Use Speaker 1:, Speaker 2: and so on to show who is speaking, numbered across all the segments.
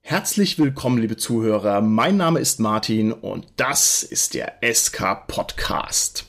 Speaker 1: Herzlich willkommen, liebe Zuhörer. Mein Name ist Martin und das ist der SK Podcast.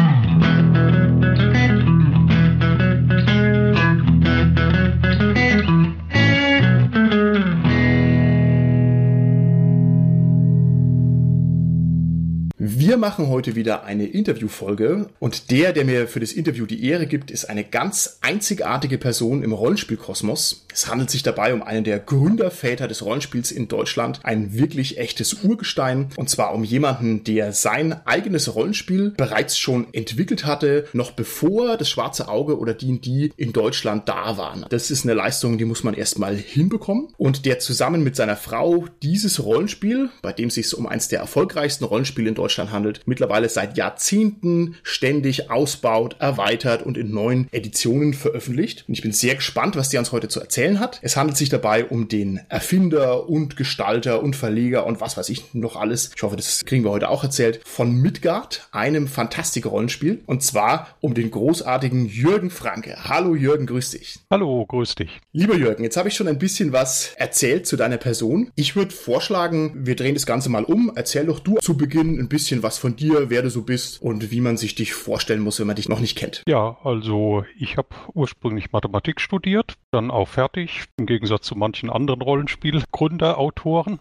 Speaker 1: Wir machen heute wieder eine Interviewfolge und der mir für das Interview die Ehre gibt, ist eine ganz einzigartige Person im Rollenspielkosmos. Es handelt sich dabei um einen der Gründerväter des Rollenspiels in Deutschland, ein wirklich echtes Urgestein, und zwar um jemanden, der sein eigenes Rollenspiel bereits schon entwickelt hatte, noch bevor das Schwarze Auge oder D&D in Deutschland da waren. Das ist eine Leistung, die muss man erstmal hinbekommen, und der zusammen mit seiner Frau dieses Rollenspiel, bei dem es sich um eins der erfolgreichsten Rollenspiele in Deutschland handelt, mittlerweile seit Jahrzehnten ständig ausbaut, erweitert und in neuen Editionen veröffentlicht. Und ich bin sehr gespannt, was der uns heute zu erzählen hat. Es handelt sich dabei um den Erfinder und Gestalter und Verleger und was weiß ich noch alles. Ich hoffe, das kriegen wir heute auch erzählt. Von Midgard, einem Fantastik-Rollenspiel. Und zwar um den großartigen Jürgen Franke. Hallo Jürgen, grüß dich.
Speaker 2: Hallo, grüß dich.
Speaker 1: Lieber Jürgen, jetzt habe ich schon ein bisschen was erzählt zu deiner Person. Ich würde vorschlagen, wir drehen das Ganze mal um. Erzähl doch du zu Beginn ein bisschen was von dir, wer du so bist und wie man sich dich vorstellen muss, wenn man dich noch nicht kennt.
Speaker 2: Ja, also ich habe ursprünglich Mathematik studiert, dann auch fertig, im Gegensatz zu manchen anderen Rollenspielgründer, Autoren.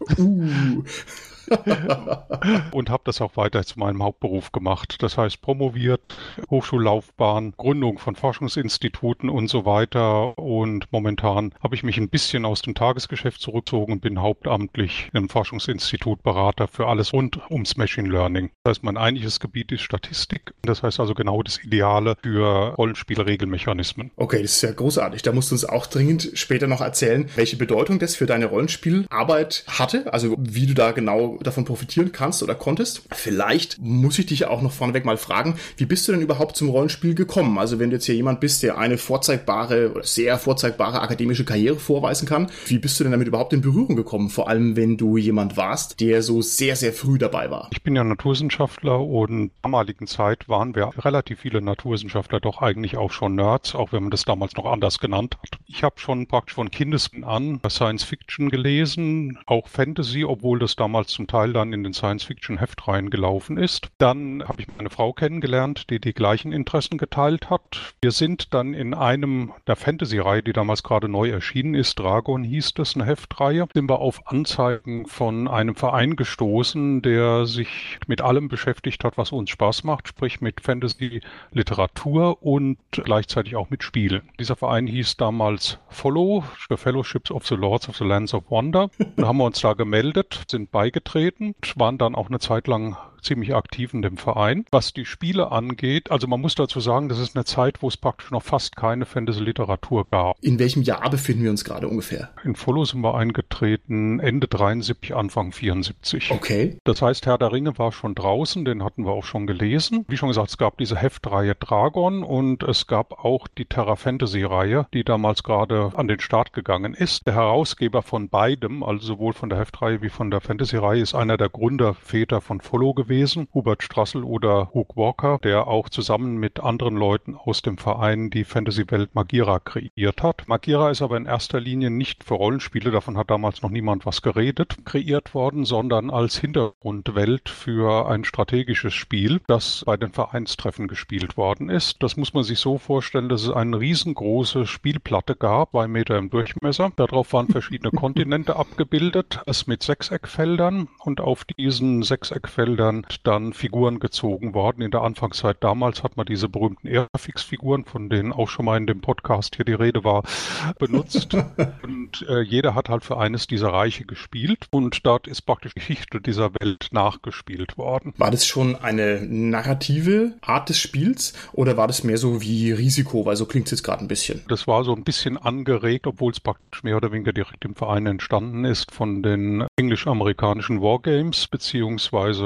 Speaker 2: Und habe das auch weiter zu meinem Hauptberuf gemacht. Das heißt, promoviert, Hochschullaufbahn, Gründung von Forschungsinstituten und so weiter. Und momentan habe ich mich ein bisschen aus dem Tagesgeschäft zurückgezogen und bin hauptamtlich im Forschungsinstitut Berater für alles rund ums Machine Learning. Das heißt, mein eigentliches Gebiet ist Statistik. Das heißt also genau das Ideale für Rollenspielregelmechanismen.
Speaker 1: Okay, das ist ja großartig. Da musst du uns auch dringend später noch erzählen, welche Bedeutung das für deine Rollenspielarbeit hatte. Also wie du da genau davon profitieren kannst oder konntest. Vielleicht muss ich dich auch noch vorneweg mal fragen, wie bist du denn überhaupt zum Rollenspiel gekommen? Also wenn du jetzt hier jemand bist, der eine vorzeigbare oder sehr vorzeigbare akademische Karriere vorweisen kann, wie bist du denn damit überhaupt in Berührung gekommen? Vor allem, wenn du jemand warst, der so sehr, sehr früh dabei war.
Speaker 2: Ich bin ja Naturwissenschaftler und in der damaligen Zeit waren wir relativ viele Naturwissenschaftler doch eigentlich auch schon Nerds, auch wenn man das damals noch anders genannt hat. Ich habe schon praktisch von Kindesbeinen an Science Fiction gelesen, auch Fantasy, obwohl das damals zum Teil dann in den Science-Fiction-Heftreihen gelaufen ist. Dann habe ich meine Frau kennengelernt, die die gleichen Interessen geteilt hat. Wir sind dann in einem der Fantasy-Reihe, die damals gerade neu erschienen ist, Dragon hieß das, eine Heftreihe, sind wir auf Anzeigen von einem Verein gestoßen, der sich mit allem beschäftigt hat, was uns Spaß macht, sprich mit Fantasy-Literatur und gleichzeitig auch mit Spielen. Dieser Verein hieß damals Follow, the Fellowships of the Lords of the Lands of Wonder. Dann haben wir uns da gemeldet, sind beigetreten, waren dann auch eine Zeit lang ziemlich aktiv in dem Verein. Was die Spiele angeht, also man muss dazu sagen, das ist eine Zeit, wo es praktisch noch fast keine Fantasy-Literatur gab.
Speaker 1: In welchem Jahr befinden wir uns gerade ungefähr?
Speaker 2: In Follow sind wir eingetreten Ende 73, Anfang 74.
Speaker 1: Okay.
Speaker 2: Das heißt, Herr der Ringe war schon draußen, den hatten wir auch schon gelesen. Wie schon gesagt, es gab diese Heftreihe Dragon und es gab auch die Terra Fantasy-Reihe, die damals gerade an den Start gegangen ist. Der Herausgeber von beidem, also sowohl von der Heftreihe wie von der Fantasy-Reihe, ist einer der Gründerväter von Follow gewesen, Hubert Strassel oder Hugh Walker, der auch zusammen mit anderen Leuten aus dem Verein die Fantasy-Welt Magira kreiert hat. Magira ist aber in erster Linie nicht für Rollenspiele, davon hat damals noch niemand was geredet, kreiert worden, sondern als Hintergrundwelt für ein strategisches Spiel, das bei den Vereinstreffen gespielt worden ist. Das muss man sich so vorstellen, dass es eine riesengroße Spielplatte gab, 2 Meter im Durchmesser. Darauf waren verschiedene Kontinente abgebildet, es mit Sechseckfeldern, und auf diesen Sechseckfeldern dann Figuren gezogen worden. In der Anfangszeit damals hat man diese berühmten Airfix-Figuren, von denen auch schon mal in dem Podcast hier die Rede war, benutzt. Und jeder hat halt für eines dieser Reiche gespielt und dort ist praktisch die Geschichte dieser Welt nachgespielt worden.
Speaker 1: War das schon eine narrative Art des Spiels oder war das mehr so wie Risiko, weil so klingt es jetzt gerade ein bisschen?
Speaker 2: Das war so ein bisschen angeregt, obwohl es praktisch mehr oder weniger direkt im Verein entstanden ist, von den englisch-amerikanischen Wargames beziehungsweise Konflikt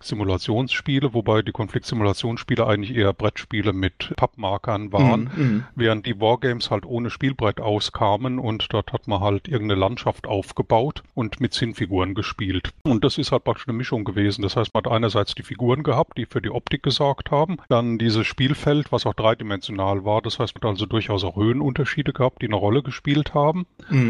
Speaker 2: Konfliktsimulationsspiele, wobei die Konfliktsimulationsspiele eigentlich eher Brettspiele mit Pappmarkern waren, während die Wargames halt ohne Spielbrett auskamen und dort hat man halt irgendeine Landschaft aufgebaut und mit Zinnfiguren gespielt. Und das ist halt praktisch eine Mischung gewesen. Das heißt, man hat einerseits die Figuren gehabt, die für die Optik gesorgt haben, dann dieses Spielfeld, was auch dreidimensional war. Das heißt, man hat also durchaus auch Höhenunterschiede gehabt, die eine Rolle gespielt haben.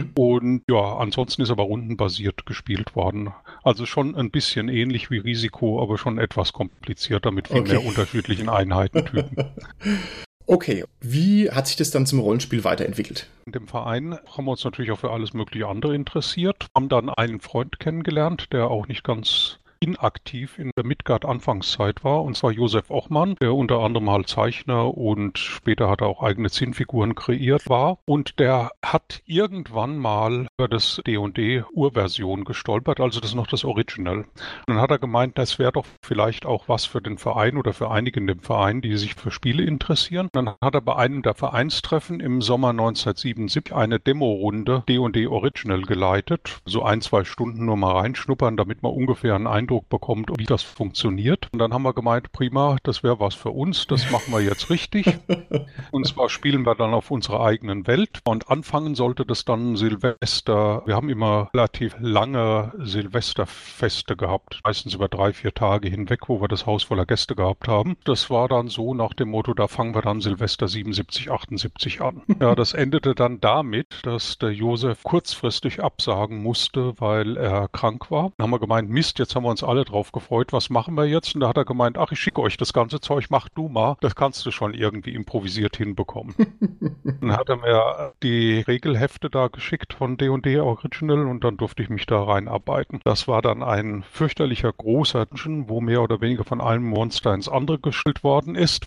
Speaker 2: Und ja, ansonsten ist aber rundenbasiert gespielt worden. Also schon ein bisschen ähnlich wie Risiko, aber schon etwas komplizierter mit viel mehr unterschiedlichen Einheitentypen.
Speaker 1: Okay, wie hat sich das dann zum Rollenspiel weiterentwickelt?
Speaker 2: In dem Verein haben wir uns natürlich auch für alles mögliche andere interessiert, haben dann einen Freund kennengelernt, der auch nicht ganz inaktiv in der Midgard-Anfangszeit war, und zwar Josef Ochmann, der unter anderem halt Zeichner und später hat er auch eigene Zinnfiguren kreiert war. Und der hat irgendwann mal über das D&D-Urversion gestolpert, also das ist noch das Original. Und dann hat er gemeint, das wäre doch vielleicht auch was für den Verein oder für einige in dem Verein, die sich für Spiele interessieren. Und dann hat er bei einem der Vereinstreffen im Sommer 1977 eine Demo-Runde D&D Original geleitet. So 1-2 Stunden nur mal reinschnuppern, damit man ungefähr einen Eindruck bekommt, wie das funktioniert. Und dann haben wir gemeint, prima, das wäre was für uns, das machen wir jetzt richtig. Und zwar spielen wir dann auf unserer eigenen Welt. Und anfangen sollte das dann Silvester. Wir haben immer relativ lange Silvesterfeste gehabt, meistens über 3-4 Tage hinweg, wo wir das Haus voller Gäste gehabt haben. Das war dann so nach dem Motto, da fangen wir dann Silvester 77, 78 an. Ja, das endete dann damit, dass der Josef kurzfristig absagen musste, weil er krank war. Dann haben wir gemeint, Mist, jetzt haben wir uns alle drauf gefreut, was machen wir jetzt? Und da hat er gemeint, ach, ich schicke euch das ganze Zeug, mach du mal, das kannst du schon irgendwie improvisiert hinbekommen. Dann hat er mir die Regelhefte da geschickt von D&D Original und dann durfte ich mich da reinarbeiten. Das war dann ein fürchterlicher großer Dungeon, wo mehr oder weniger von einem Monster ins andere geschüttelt worden ist.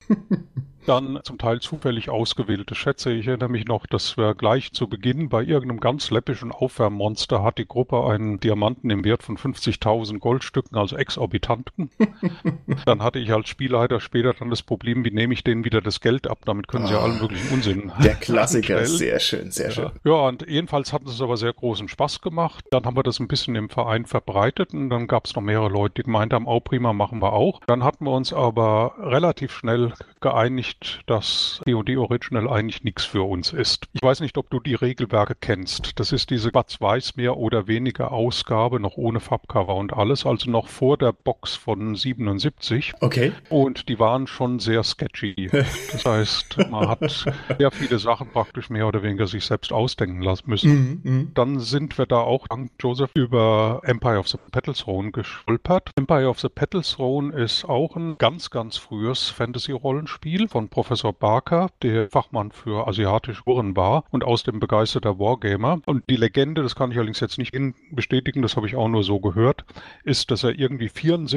Speaker 2: Dann zum Teil zufällig ausgewählte Schätze. Ich erinnere mich noch, dass wir gleich zu Beginn bei irgendeinem ganz läppischen Aufwärmmonster hat die Gruppe einen Diamanten im Wert von 50.000 Goldstücken, also exorbitanten. Dann hatte ich als Spielleiter später dann das Problem, wie nehme ich denen wieder das Geld ab? Damit können sie ja allen möglichen Unsinn
Speaker 1: Der Klassiker,
Speaker 2: anstellen.
Speaker 1: sehr schön, sehr schön.
Speaker 2: Ja, und jedenfalls hat es aber sehr großen Spaß gemacht. Dann haben wir das ein bisschen im Verein verbreitet und dann gab es noch mehrere Leute, die gemeint haben, oh prima, machen wir auch. Dann hatten wir uns aber relativ schnell geeinigt, dass D&D Original eigentlich nichts für uns ist. Ich weiß nicht, ob du die Regelwerke kennst. Das ist diese schwarz-weiß mehr oder weniger Ausgabe, noch ohne Farbcover und alles, also noch vor der Box von 77.
Speaker 1: Okay.
Speaker 2: Und die waren schon sehr sketchy. Das heißt, man hat sehr viele Sachen praktisch mehr oder weniger sich selbst ausdenken lassen müssen. Dann sind wir da auch dank Joseph über Empire of the Petal-Throne gestolpert. Empire of the Petal-Throne ist auch ein ganz, ganz frühes Fantasy-Rollenspiel von Professor Barker, der Fachmann für asiatische Uhren war und aus dem begeisterter Wargamer. Und die Legende, das kann ich allerdings jetzt nicht bestätigen, das habe ich auch nur so gehört, ist, dass er irgendwie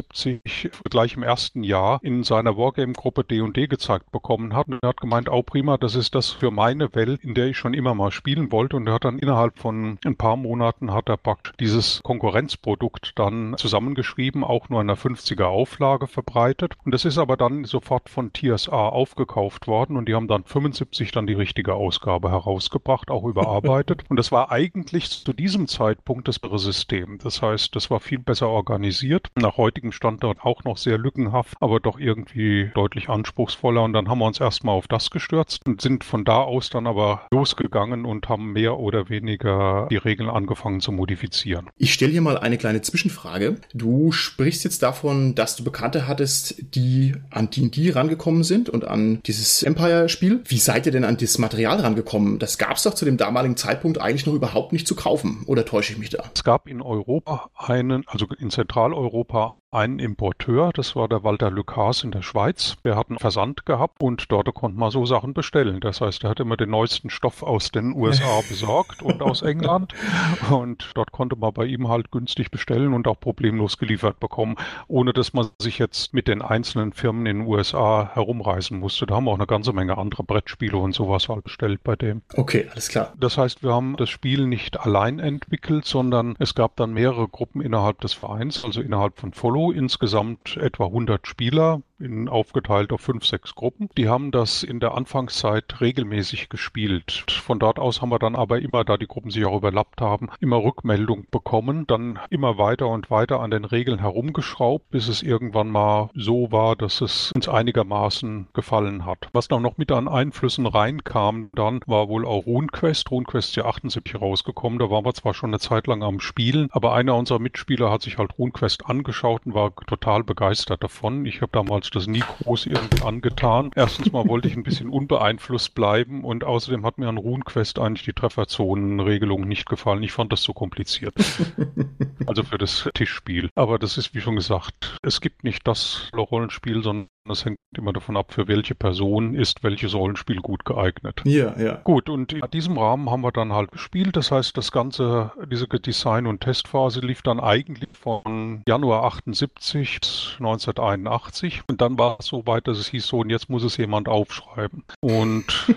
Speaker 2: 74 gleich im ersten Jahr in seiner Wargame-Gruppe D&D gezeigt bekommen hat. Und er hat gemeint, oh prima, das ist das für meine Welt, in der ich schon immer mal spielen wollte. Und er hat dann innerhalb von ein paar Monaten hat er praktisch dieses Konkurrenzprodukt dann zusammengeschrieben, auch nur in einer 50er Auflage verbreitet. Und das ist aber dann sofort von TSA aufgekauft worden und die haben dann 75 dann die richtige Ausgabe herausgebracht, auch überarbeitet. Und das war eigentlich zu diesem Zeitpunkt das bessere System. Das heißt, das war viel besser organisiert. Nach heutigem Standard auch noch sehr lückenhaft, aber doch irgendwie deutlich anspruchsvoller. Und dann haben wir uns erstmal auf das gestürzt und sind von da aus dann aber losgegangen und haben mehr oder weniger die Regeln angefangen zu modifizieren.
Speaker 1: Ich stelle hier mal eine kleine Zwischenfrage. Du sprichst jetzt davon, dass du Bekannte hattest, die an D&D rangekommen sind und an dieses Empire-Spiel. Wie seid ihr denn an das Material rangekommen? Das gab es doch zu dem damaligen Zeitpunkt eigentlich noch überhaupt nicht zu kaufen. Oder täusche ich mich da?
Speaker 2: Es gab in Europa also in Zentraleuropa, einen Importeur, das war der Walter Lucas in der Schweiz. Der hat einen Versand gehabt und dort konnte man so Sachen bestellen. Das heißt, er hat immer den neuesten Stoff aus den USA besorgt und aus England. Und dort konnte man bei ihm halt günstig bestellen und auch problemlos geliefert bekommen, ohne dass man sich jetzt mit den einzelnen Firmen in den USA herumreisen musste. Da haben wir auch eine ganze Menge andere Brettspiele und sowas halt bestellt bei dem.
Speaker 1: Okay, alles klar.
Speaker 2: Das heißt, wir haben das Spiel nicht allein entwickelt, sondern es gab dann mehrere Gruppen innerhalb des Vereins, also innerhalb von Follow, insgesamt etwa 100 Spieler, aufgeteilt auf 5, 6 Gruppen. Die haben das in der Anfangszeit regelmäßig gespielt. Von dort aus haben wir dann aber immer, da die Gruppen sich auch überlappt haben, immer Rückmeldung bekommen, dann immer weiter und weiter an den Regeln herumgeschraubt, bis es irgendwann mal so war, dass es uns einigermaßen gefallen hat. Was dann noch mit an Einflüssen reinkam, dann war wohl auch RuneQuest. RuneQuest ist ja 78 rausgekommen, da waren wir zwar schon eine Zeit lang am Spielen, aber einer unserer Mitspieler hat sich halt RuneQuest angeschaut und war total begeistert davon. Ich habe damals das nie groß irgendwie angetan. Erstens mal wollte ich ein bisschen unbeeinflusst bleiben und außerdem hat mir an RuneQuest eigentlich die Trefferzonenregelung nicht gefallen. Ich fand das so kompliziert. Also für das Tischspiel. Aber das ist, wie schon gesagt, es gibt nicht das Rollenspiel, sondern es hängt immer davon ab, für welche Person ist welches Rollenspiel gut geeignet.
Speaker 1: Ja, ja.
Speaker 2: Gut, und in diesem Rahmen haben wir dann halt gespielt. Das heißt, diese Design- und Testphase lief dann eigentlich von Januar 78 bis 1981. Und dann war es so weit, dass es hieß so, und jetzt muss es jemand aufschreiben. Und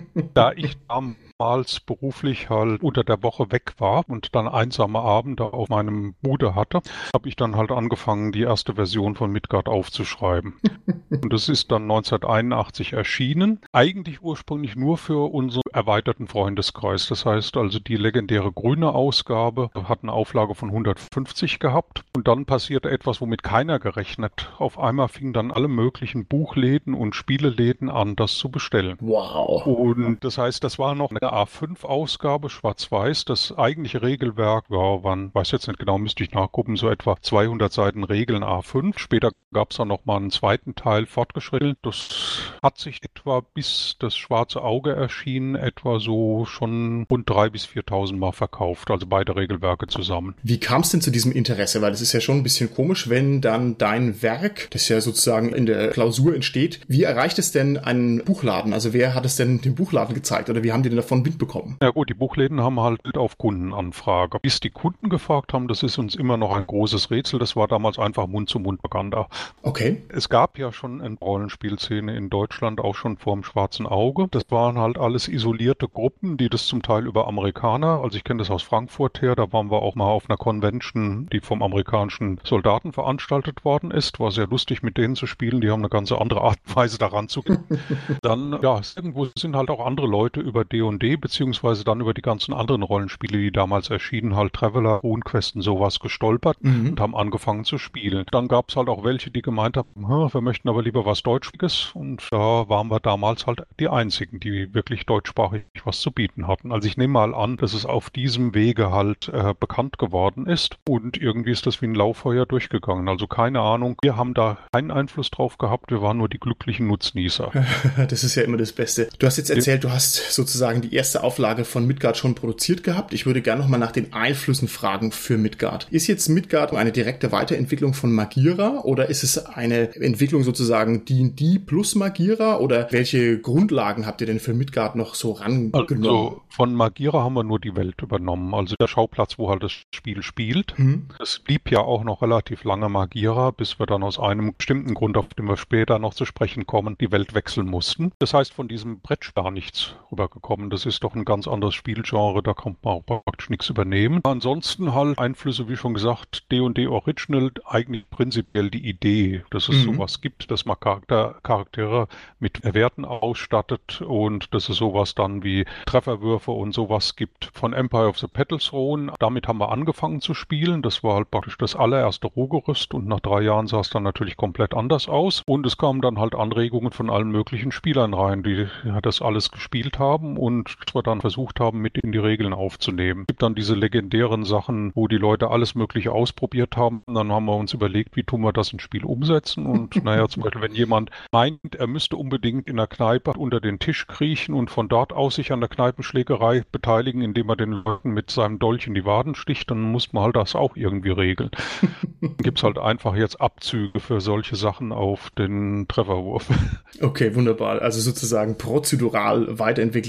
Speaker 2: da ich damals beruflich halt unter der Woche weg war und dann einsame Abende auf meinem Bude hatte, habe ich dann halt angefangen, die erste Version von Midgard aufzuschreiben. Und das ist dann 1981 erschienen. Eigentlich ursprünglich nur für unseren erweiterten Freundeskreis. Das heißt also, die legendäre grüne Ausgabe hat eine Auflage von 150 gehabt. Und dann passierte etwas, womit keiner gerechnet. Auf einmal fingen dann alle möglichen Buchläden und Spieleläden an, das zu bestellen.
Speaker 1: Wow.
Speaker 2: Und das heißt, das war noch eine A5-Ausgabe, schwarz-weiß. Das eigentliche Regelwerk, ja, weiß jetzt nicht genau, müsste ich nachgucken, so etwa 200 Seiten Regeln A5. Später gab es dann nochmal einen zweiten Teil fortgeschrieben. Das hat sich etwa, bis das Schwarze Auge erschien, etwa so schon rund 3.000 bis 4.000 Mal verkauft. Also beide Regelwerke zusammen.
Speaker 1: Wie kam es denn zu diesem Interesse? Weil das ist ja schon ein bisschen komisch, wenn dann dein Werk, das ja sozusagen in der Klausur entsteht, wie erreicht es denn einen Buchladen? Also wer hat es denn dem Buchladen gezeigt oder wie haben die denn davon Wind bekommen?
Speaker 2: Ja gut, die Buchläden haben halt auf Kundenanfrage. Bis die Kunden gefragt haben, das ist uns immer noch ein großes Rätsel. Das war damals einfach Mund-zu-Mund-Propaganda.
Speaker 1: Okay.
Speaker 2: Es gab ja schon eine Rollenspielszene in Deutschland, auch schon vor dem Schwarzen Auge. Das waren halt alles isolierte Gruppen, die das zum Teil über Amerikaner, also ich kenne das aus Frankfurt her, da waren wir auch mal auf einer Convention, die vom amerikanischen Soldaten veranstaltet worden ist. War sehr lustig, mit denen zu spielen. Die haben eine ganz andere Art und Weise daran zu gehen. Dann, ja, irgendwo sind halt auch andere Leute über D&D, beziehungsweise dann über die ganzen anderen Rollenspiele, die damals erschienen, halt Traveller, RuneQuest und sowas gestolpert und haben angefangen zu spielen. Dann gab es halt auch welche, die gemeint haben, wir möchten aber lieber was Deutsches, und da waren wir damals halt die Einzigen, die wirklich deutschsprachig was zu bieten hatten. Also ich nehme mal an, dass es auf diesem Wege halt bekannt geworden ist und irgendwie ist das wie ein Lauffeuer durchgegangen. Also keine Ahnung, wir haben da keinen Einfluss drauf gehabt, wir waren nur die glücklichen Nutznießer.
Speaker 1: Das ist ja immer das Beste. Du hast jetzt erzählt, du hast sozusagen die erste Auflage von Midgard schon produziert gehabt. Ich würde gerne nochmal nach den Einflüssen fragen für Midgard. Ist jetzt Midgard eine direkte Weiterentwicklung von Magira oder ist es eine Entwicklung sozusagen D&D plus Magira oder welche Grundlagen habt ihr denn für Midgard noch so rangenommen?
Speaker 2: Also von Magira haben wir nur die Welt übernommen, also der Schauplatz, wo halt das Spiel spielt. Es blieb ja auch noch relativ lange Magira, bis wir dann aus einem bestimmten Grund, auf den wir später noch zu sprechen kommen, die Welt wechseln mussten. Das heißt, von diesem Brett gar nichts rübergekommen. Das ist doch ein ganz anderes Spielgenre, da kann man auch praktisch nichts übernehmen. Ansonsten halt Einflüsse, wie schon gesagt, D&D Original, eigentlich prinzipiell die Idee, dass es sowas gibt, dass man Charaktere mit Werten ausstattet und dass es sowas dann wie Trefferwürfe und sowas gibt. Von Empire of the Petal Throne, damit haben wir angefangen zu spielen. Das war halt praktisch das allererste Rohgerüst und nach 3 Jahren sah es dann natürlich komplett anders aus. Und es kamen dann halt Anregungen von allen möglichen Spielern rein, die das alles gespielt haben und wir dann versucht haben, mit in die Regeln aufzunehmen. Es gibt dann diese legendären Sachen, wo die Leute alles Mögliche ausprobiert haben. Und dann haben wir uns überlegt, wie tun wir das ins Spiel umsetzen. Und naja, zum Beispiel, wenn jemand meint, er müsste unbedingt in der Kneipe unter den Tisch kriechen und von dort aus sich an der Kneipenschlägerei beteiligen, indem er den Leuten mit seinem Dolch in die Waden sticht, dann muss man halt das auch irgendwie regeln. Dann gibt es halt einfach jetzt Abzüge für solche Sachen auf den Trefferwurf.
Speaker 1: Okay, wunderbar. Also sozusagen prozedural weiterentwickelt, das ist ja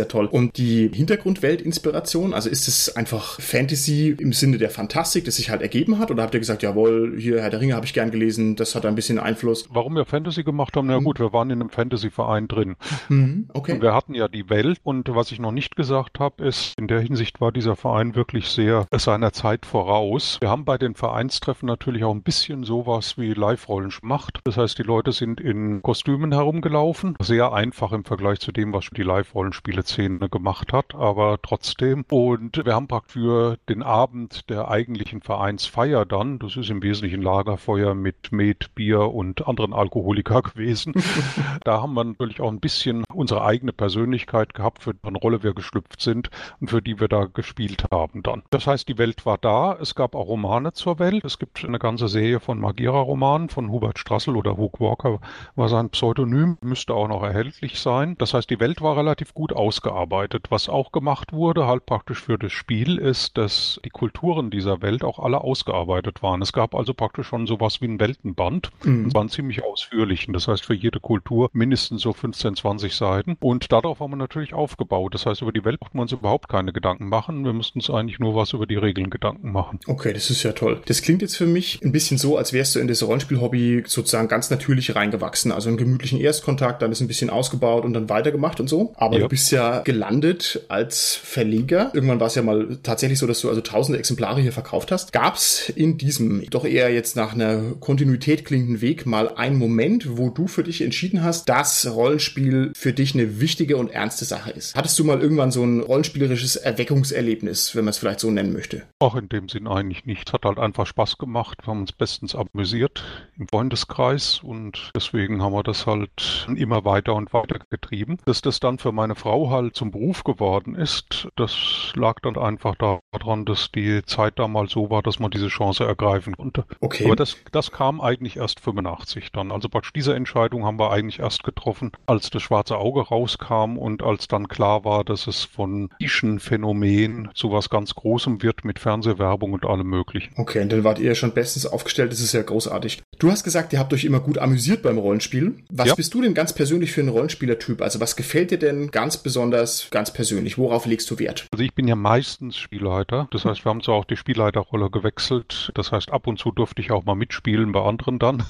Speaker 1: toll. Und die Hintergrundwelt-Inspiration, also ist es einfach Fantasy im Sinne der Fantastik, das sich halt ergeben hat? Oder habt ihr gesagt, jawohl, hier Herr der Ringe habe ich gern gelesen, das hat ein bisschen Einfluss?
Speaker 2: Warum wir Fantasy gemacht haben? Na gut, wir waren in einem Fantasy-Verein drin.
Speaker 1: Okay.
Speaker 2: Und wir hatten ja die Welt. Und was ich noch nicht gesagt habe, ist, in der Hinsicht war dieser Verein wirklich sehr seiner Zeit voraus. Wir haben bei den Vereinstreffen natürlich auch ein bisschen sowas wie Live-Rollen gemacht. Das heißt, die Leute sind in Kostümen herumgelaufen. Sehr einfach im Vergleich zu dem, was die Live-Rollenspiele-Szene gemacht hat, aber trotzdem. Und wir haben praktisch für den Abend der eigentlichen Vereinsfeier dann, das ist im Wesentlichen Lagerfeuer mit Met, Bier und anderen Alkoholiker gewesen. Da haben wir natürlich auch ein bisschen unsere eigene Persönlichkeit gehabt, für deren Rolle wir geschlüpft sind und für die wir da gespielt haben dann. Das heißt, die Welt war da. Es gab auch Romane zur Welt. Es gibt eine ganze Serie von Magira-Romanen von Hubert Strassel oder Hugh Walker war sein Pseudonym, müsste auch noch erhältlich sein. Das heißt, die Welt war relativ gut ausgearbeitet. Was auch gemacht wurde, halt praktisch für das Spiel, ist, dass die Kulturen dieser Welt auch alle ausgearbeitet waren. Es gab also praktisch schon sowas wie ein Weltenband. Und zwar einen ziemlich ausführlichen. Das heißt, für jede Kultur mindestens so 15, 20 Seiten. Und darauf haben wir natürlich aufgebaut. Das heißt, über die Welt braucht man uns überhaupt keine Gedanken machen. Wir müssten uns eigentlich nur was über die Regeln Gedanken machen.
Speaker 1: Okay, das ist ja toll. Das klingt jetzt für mich ein bisschen so, als wärst du in das Rollenspiel-Hobby sozusagen ganz natürlich reingewachsen. Also einen gemütlichen Erstkontakt, dann ist ein bisschen ausgebaut und dann weitergemacht und so. Aber du bist ja gelandet als Verleger. Irgendwann war es ja mal tatsächlich so, dass du also tausende Exemplare hier verkauft hast. Gab es in diesem doch eher jetzt nach einer Kontinuität klingenden Weg mal einen Moment, wo du für dich entschieden hast, dass Rollenspiel für dich eine wichtige und ernste Sache ist? Hattest du mal irgendwann so ein rollenspielerisches Erweckungserlebnis, wenn man es vielleicht so nennen möchte?
Speaker 2: Auch in dem Sinn eigentlich nicht. Es hat halt einfach Spaß gemacht. Wir haben uns bestens amüsiert im Freundeskreis und deswegen haben wir das halt immer weiter und weiter getrieben. Dass das dann für meine Frau halt zum Beruf geworden ist, das lag dann einfach daran, dass die Zeit damals so war, dass man diese Chance ergreifen konnte.
Speaker 1: Okay.
Speaker 2: Aber das kam eigentlich erst 85 dann. Also praktisch diese Entscheidung haben wir eigentlich erst getroffen, als das Schwarze Auge rauskam und als dann klar war, dass es von Nischenphänomen zu was ganz Großem wird mit Fernsehwerbung und allem Möglichen.
Speaker 1: Okay, und dann wart ihr schon bestens aufgestellt. Das ist ja großartig. Du hast gesagt, ihr habt euch immer gut amüsiert beim Rollenspiel. Was bist du denn ganz persönlich für ein Rollenspielertyp? Also was gefällt dir denn ganz besonders, ganz persönlich? Worauf legst du Wert?
Speaker 2: Also ich bin ja meistens Spielleiter. Das heißt, wir haben zwar auch die Spielleiterrolle gewechselt. Das heißt, ab und zu durfte ich auch mal mitspielen bei anderen dann.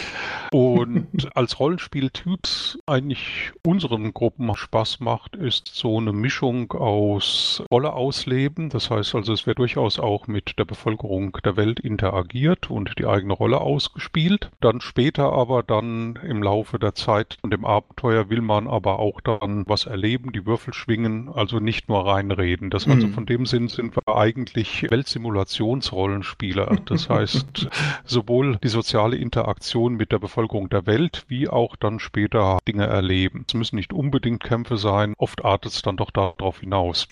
Speaker 2: Und als Rollenspieltyp eigentlich unseren Gruppen Spaß macht, ist so eine Mischung aus Rolle ausleben. Das heißt also, es wird durchaus auch mit der Bevölkerung der Welt interagiert und die eigene Rolle ausgespielt. Dann später aber dann im Laufe der Zeit und dem Abenteuer will man aber auch dann was erleben, die Würfel schwingen, also nicht nur reinreden. Das also von dem Sinn sind wir eigentlich Weltsimulationsrollenspieler. Das heißt, sowohl die soziale Interaktion mit der Bevölkerung der Welt, wie auch dann später Dinge erleben. Es müssen nicht unbedingt Kämpfe sein, oft artet es dann doch darauf hinaus.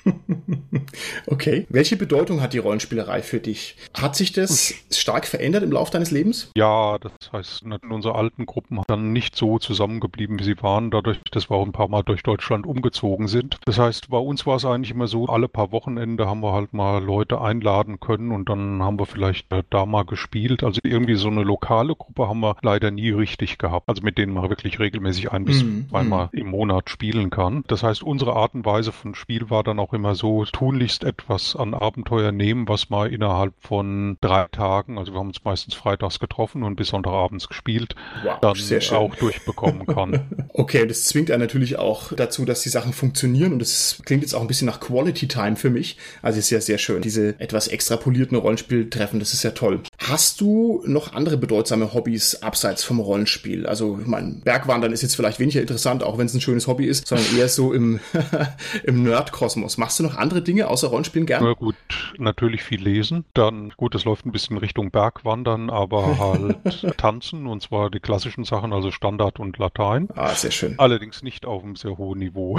Speaker 1: Okay. Welche Bedeutung hat die Rollenspielerei für dich? Hat sich das stark verändert im Laufe deines Lebens?
Speaker 2: Ja, das heißt, in unsere alten Gruppen dann nicht so zusammengeblieben, wie sie waren, dadurch, dass wir auch ein paar Mal durch Deutschland umgezogen sind. Das heißt, bei uns war es eigentlich immer so, alle paar Wochenende haben wir halt mal Leute einladen können und dann haben wir vielleicht da mal gespielt. Also irgendwie so eine lokale Gruppe haben wir leider nie richtig gehabt. Also mit denen man wirklich regelmäßig ein bis zweimal im Monat spielen kann. Das heißt, unsere Art und Weise von Spiel war dann auch immer so, tunlichst etwas an Abenteuer nehmen, was man innerhalb von 3 Tagen, also wir haben uns meistens freitags getroffen und bis Sonntagabends gespielt, dann auch durchbekommen kann.
Speaker 1: Okay, das zwingt einen natürlich auch dazu, dass die Sachen funktionieren und das klingt jetzt auch ein bisschen nach Quality Time für mich. Also ist ja sehr schön. Diese etwas extrapolierten Rollenspieltreffen, das ist ja toll. Hast du noch andere bedeutsame Hobbys abseits vom Rollenspiel? Also ich meine, Bergwandern ist jetzt vielleicht weniger interessant, auch wenn es ein schönes Hobby ist, sondern eher so im Nerdkosmos. Machst du noch andere Dinge außer Rollenspielen gern?
Speaker 2: Na gut, natürlich viel lesen. Dann, gut, das läuft ein bisschen Richtung Bergwandern, aber halt tanzen und zwar die klassischen Sachen, also Standard und Latein.
Speaker 1: Ah, sehr schön.
Speaker 2: Allerdings nicht auf einem sehr hohen Niveau.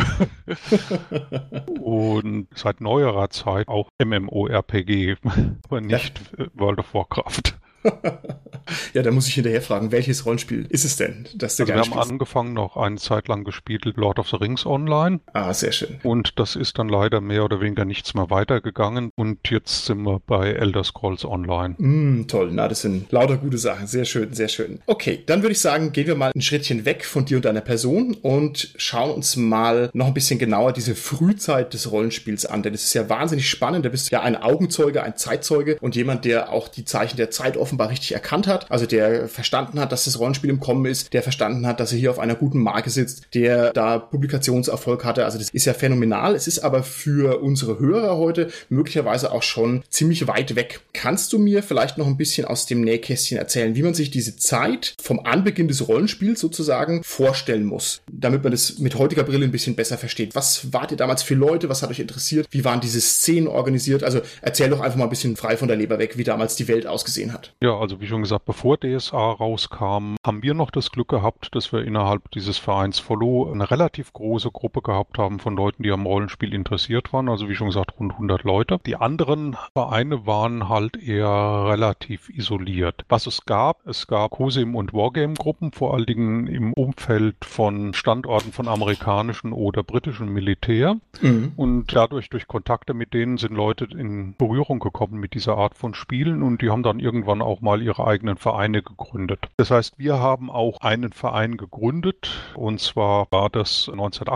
Speaker 2: Und seit neuerer Zeit auch MMORPG, aber nicht World of Warcraft.
Speaker 1: Ja, da muss ich hinterher fragen, welches Rollenspiel ist es denn, das du
Speaker 2: Also
Speaker 1: gerne
Speaker 2: wir haben
Speaker 1: spielst?
Speaker 2: angefangen, noch eine Zeit lang gespielt, Lord of the Rings Online.
Speaker 1: Ah, sehr schön.
Speaker 2: Und das ist dann leider mehr oder weniger nichts mehr weitergegangen. Und jetzt sind wir bei Elder Scrolls Online.
Speaker 1: Toll, na, das sind lauter gute Sachen. Sehr schön, sehr schön. Okay, dann würde ich sagen, gehen wir mal ein Schrittchen weg von dir und deiner Person und schauen uns mal noch ein bisschen genauer diese Frühzeit des Rollenspiels an. Denn es ist ja wahnsinnig spannend. Da bist du ja ein Augenzeuge, ein Zeitzeuge und jemand, der auch die Zeichen der Zeit offenbar richtig erkannt hat. Also der verstanden hat, dass das Rollenspiel im Kommen ist, der verstanden hat, dass er hier auf einer guten Marke sitzt, der da Publikationserfolg hatte. Also das ist ja phänomenal. Es ist aber für unsere Hörer heute möglicherweise auch schon ziemlich weit weg. Kannst du mir vielleicht noch ein bisschen aus dem Nähkästchen erzählen, wie man sich diese Zeit vom Anbeginn des Rollenspiels sozusagen vorstellen muss, damit man das mit heutiger Brille ein bisschen besser versteht? Was wart ihr damals für Leute? Was hat euch interessiert? Wie waren diese Szenen organisiert? Also erzähl doch einfach mal ein bisschen frei von der Leber weg, wie damals die Welt ausgesehen hat.
Speaker 2: Ja, also wie schon gesagt, bevor DSA rauskam, haben wir noch das Glück gehabt, dass wir innerhalb dieses Vereins Follow eine relativ große Gruppe gehabt haben von Leuten, die am Rollenspiel interessiert waren. Also wie schon gesagt, rund 100 Leute. Die anderen Vereine waren halt eher relativ isoliert. Was es gab COSIM- und Wargame-Gruppen, vor allen Dingen im Umfeld von Standorten von amerikanischen oder britischen Militär. Und dadurch, durch Kontakte mit denen, sind Leute in Berührung gekommen mit dieser Art von Spielen und die haben dann irgendwann auch mal ihre eigenen Vereine gegründet. Das heißt, wir haben auch einen Verein gegründet und zwar war das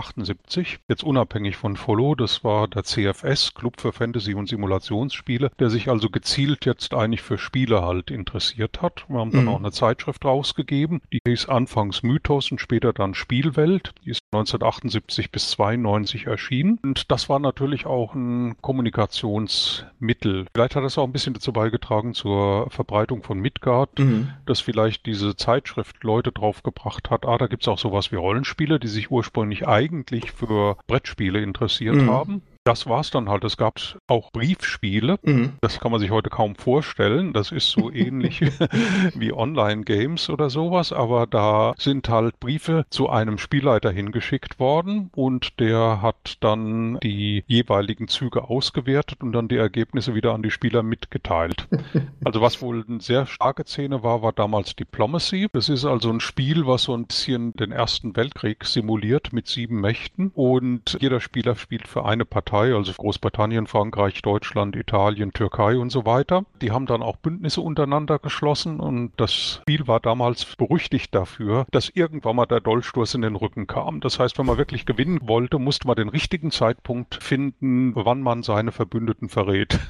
Speaker 2: 1978, jetzt unabhängig von Follow, das war der CFS, Club für Fantasy- und Simulationsspiele, der sich also gezielt jetzt eigentlich für Spiele halt interessiert hat. Wir haben dann auch eine Zeitschrift rausgegeben, die hieß anfangs Mythos und später dann Spielwelt. Die ist 1978 bis 92 erschienen und das war natürlich auch ein Kommunikationsmittel. Vielleicht hat das auch ein bisschen dazu beigetragen zur Verbreitung von Midgard, dass vielleicht diese Zeitschrift Leute draufgebracht hat, da gibt's auch sowas wie Rollenspiele, die sich ursprünglich eigentlich für Brettspiele interessiert haben. Das war's dann halt. Es gab auch Briefspiele. Das kann man sich heute kaum vorstellen. Das ist so ähnlich wie Online-Games oder sowas. Aber da sind halt Briefe zu einem Spielleiter hingeschickt worden und der hat dann die jeweiligen Züge ausgewertet und dann die Ergebnisse wieder an die Spieler mitgeteilt. Also was wohl eine sehr starke Szene war, war damals Diplomacy. Das ist also ein Spiel, was so ein bisschen den Ersten Weltkrieg simuliert mit 7 Mächten und jeder Spieler spielt für eine Partei, also Großbritannien, Frankreich, Deutschland, Italien, Türkei und so weiter. Die haben dann auch Bündnisse untereinander geschlossen und das Spiel war damals berüchtigt dafür, dass irgendwann mal der Dolchstoß in den Rücken kam. Das heißt, wenn man wirklich gewinnen wollte, musste man den richtigen Zeitpunkt finden, wann man seine Verbündeten verrät.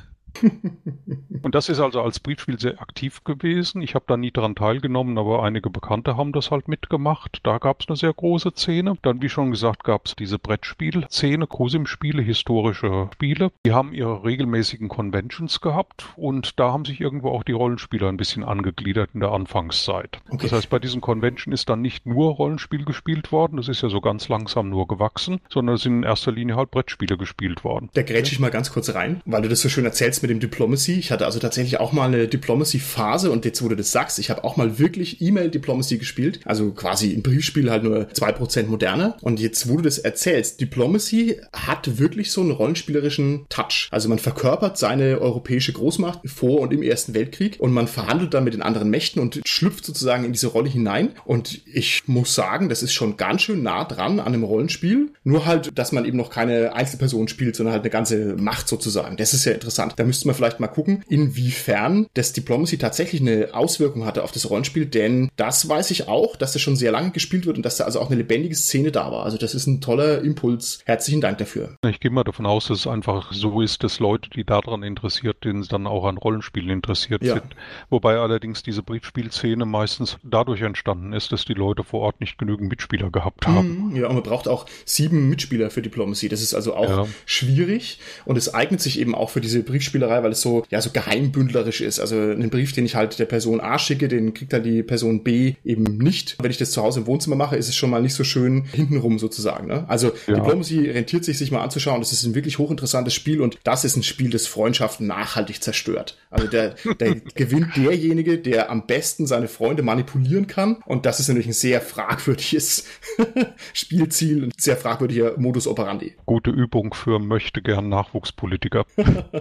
Speaker 2: Und das ist also als Briefspiel sehr aktiv gewesen. Ich habe da nie dran teilgenommen, aber einige Bekannte haben das halt mitgemacht. Da gab es eine sehr große Szene. Dann, wie schon gesagt, gab es diese Brettspiel-Szene, COSIM-Spiele, historische Spiele. Die haben ihre regelmäßigen Conventions gehabt und da haben sich irgendwo auch die Rollenspieler ein bisschen angegliedert in der Anfangszeit. Okay. Das heißt, bei diesen Convention ist dann nicht nur Rollenspiel gespielt worden, das ist ja so ganz langsam nur gewachsen, sondern es sind in erster Linie halt Brettspiele gespielt worden.
Speaker 1: Da grätsche ich mal ganz kurz rein, weil du das so schön erzählst mit dem Diplomacy. Ich hatte also tatsächlich auch mal eine Diplomacy-Phase und jetzt, wo du das sagst, ich habe auch mal wirklich E-Mail-Diplomacy gespielt, also quasi ein Briefspiel, halt nur 2% moderner. Und jetzt, wo du das erzählst, Diplomacy hat wirklich so einen rollenspielerischen Touch. Also man verkörpert seine europäische Großmacht vor und im Ersten Weltkrieg und man verhandelt dann mit den anderen Mächten und schlüpft sozusagen in diese Rolle hinein. Und ich muss sagen, das ist schon ganz schön nah dran an einem Rollenspiel. Nur halt, dass man eben noch keine Einzelperson spielt, sondern halt eine ganze Macht sozusagen. Das ist ja interessant. Da müsste man vielleicht mal gucken, inwiefern das Diplomacy tatsächlich eine Auswirkung hatte auf das Rollenspiel, denn das weiß ich auch, dass das schon sehr lange gespielt wird und dass da also auch eine lebendige Szene da war. Also das ist ein toller Impuls. Herzlichen Dank dafür.
Speaker 2: Ich gehe mal davon aus, dass es einfach so ist, dass Leute, die daran interessiert sind, dann auch an Rollenspielen interessiert sind. Wobei allerdings diese Briefspielszene meistens dadurch entstanden ist, dass die Leute vor Ort nicht genügend Mitspieler gehabt haben.
Speaker 1: Ja, und man braucht auch 7 Mitspieler für Diplomacy. Das ist also auch schwierig und es eignet sich eben auch für diese Briefspielerei, weil es so geheimbündlerisch ist. Also einen Brief, den ich halt der Person A schicke, den kriegt dann die Person B eben nicht. Wenn ich das zu Hause im Wohnzimmer mache, ist es schon mal nicht so schön hintenrum sozusagen. Ne? Also Diplomacy rentiert sich mal anzuschauen. Das ist ein wirklich hochinteressantes Spiel und das ist ein Spiel, das Freundschaften nachhaltig zerstört. Also der gewinnt derjenige, der am besten seine Freunde manipulieren kann und das ist natürlich ein sehr fragwürdiges Spielziel, ein sehr fragwürdiger Modus operandi.
Speaker 2: Gute Übung für möchte gern Nachwuchspolitiker.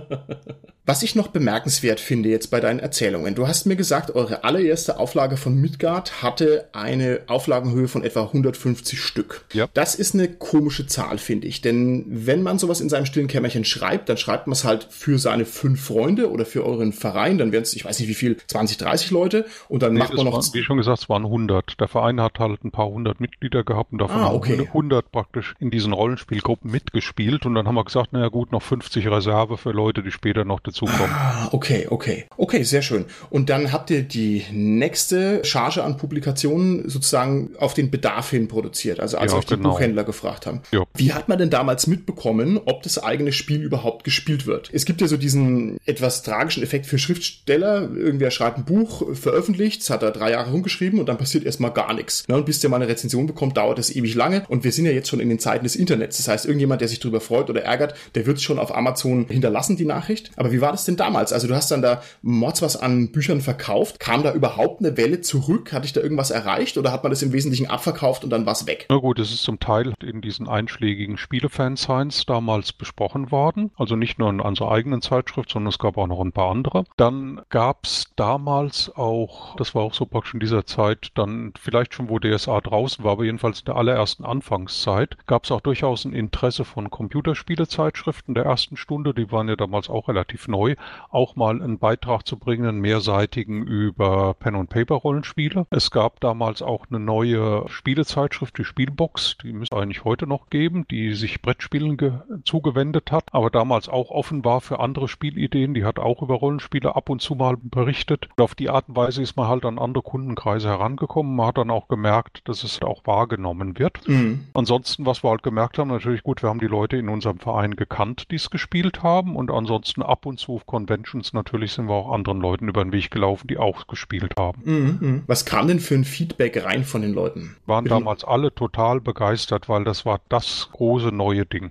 Speaker 1: Was ich noch bemerkenswert finde jetzt bei deinen Erzählungen, du hast mir gesagt, eure allererste Auflage von Midgard hatte eine Auflagenhöhe von etwa 150 Stück.
Speaker 2: Ja.
Speaker 1: Das ist eine komische Zahl, finde ich, denn wenn man sowas in seinem stillen Kämmerchen schreibt, dann schreibt man es halt für seine 5 Freunde oder für euren Verein, dann wären es, ich weiß nicht wie viel, 20, 30 Leute und dann macht man noch...
Speaker 2: Wie schon gesagt, es waren 100. Der Verein hat halt ein paar 100 Mitglieder gehabt und davon haben 100 praktisch in diesen Rollenspielgruppen mitgespielt und dann haben wir gesagt, naja gut, noch 50 Reserve für Leute, die später noch dazukommen.
Speaker 1: Okay, sehr schön. Und dann habt ihr die nächste Charge an Publikationen sozusagen auf den Bedarf hin produziert, also als euch die Buchhändler gefragt haben.
Speaker 2: Ja.
Speaker 1: Wie hat man denn damals mitbekommen, ob das eigene Spiel überhaupt gespielt wird? Es gibt ja so diesen etwas tragischen Effekt für Schriftsteller. Irgendwer schreibt ein Buch, veröffentlicht, es hat er 3 Jahre rumgeschrieben und dann passiert erstmal gar nichts. Und bis der mal eine Rezension bekommt, dauert das ewig lange und wir sind ja jetzt schon in den Zeiten des Internets. Das heißt, irgendjemand, der sich darüber freut oder ärgert, der wird es schon auf Amazon hinterlassen, die Nachricht. Aber wie war das denn damals? Also du hast dann da Mords was an Büchern verkauft. Kam da überhaupt eine Welle zurück? Hat dich da irgendwas erreicht oder hat man das im Wesentlichen abverkauft und dann war es weg?
Speaker 2: Na gut, es ist zum Teil in diesen einschlägigen Spielefansigns damals besprochen worden. Also nicht nur in unserer eigenen Zeitschrift, sondern es gab auch noch ein paar andere. Dann gab es damals auch, das war auch so praktisch in dieser Zeit, dann vielleicht schon, wo DSA draußen war, aber jedenfalls in der allerersten Anfangszeit, gab es auch durchaus ein Interesse von Computerspielezeitschriften der ersten Stunde, die waren ja damals auch relativ neu, auch mal einen Beitrag zu bringen, einen mehrseitigen über Pen-and-Paper-Rollenspiele. Es gab damals auch eine neue Spielezeitschrift, die Spielbox, die müsste eigentlich heute noch geben, die sich Brettspielen zugewendet hat, aber damals auch offen war für andere Spielideen. Die hat auch über Rollenspiele ab und zu mal berichtet. Und auf die Art und Weise ist man halt an andere Kundenkreise herangekommen. Man hat dann auch gemerkt, dass es auch wahrgenommen wird. Ansonsten, was wir halt gemerkt haben, natürlich gut, wir haben die Leute in unserem Verein gekannt, die es gespielt haben und ansonsten ab und zu auf Conventions natürlich sind wir auch anderen Leuten über den Weg gelaufen, die auch gespielt haben.
Speaker 1: Was kam denn für ein Feedback rein von den Leuten?
Speaker 2: Waren damals alle total begeistert, weil das war das große neue Ding.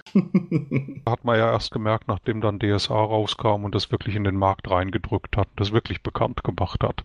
Speaker 2: Hat man ja erst gemerkt, nachdem dann DSA rauskam und das wirklich in den Markt reingedrückt hat, das wirklich bekannt gemacht hat.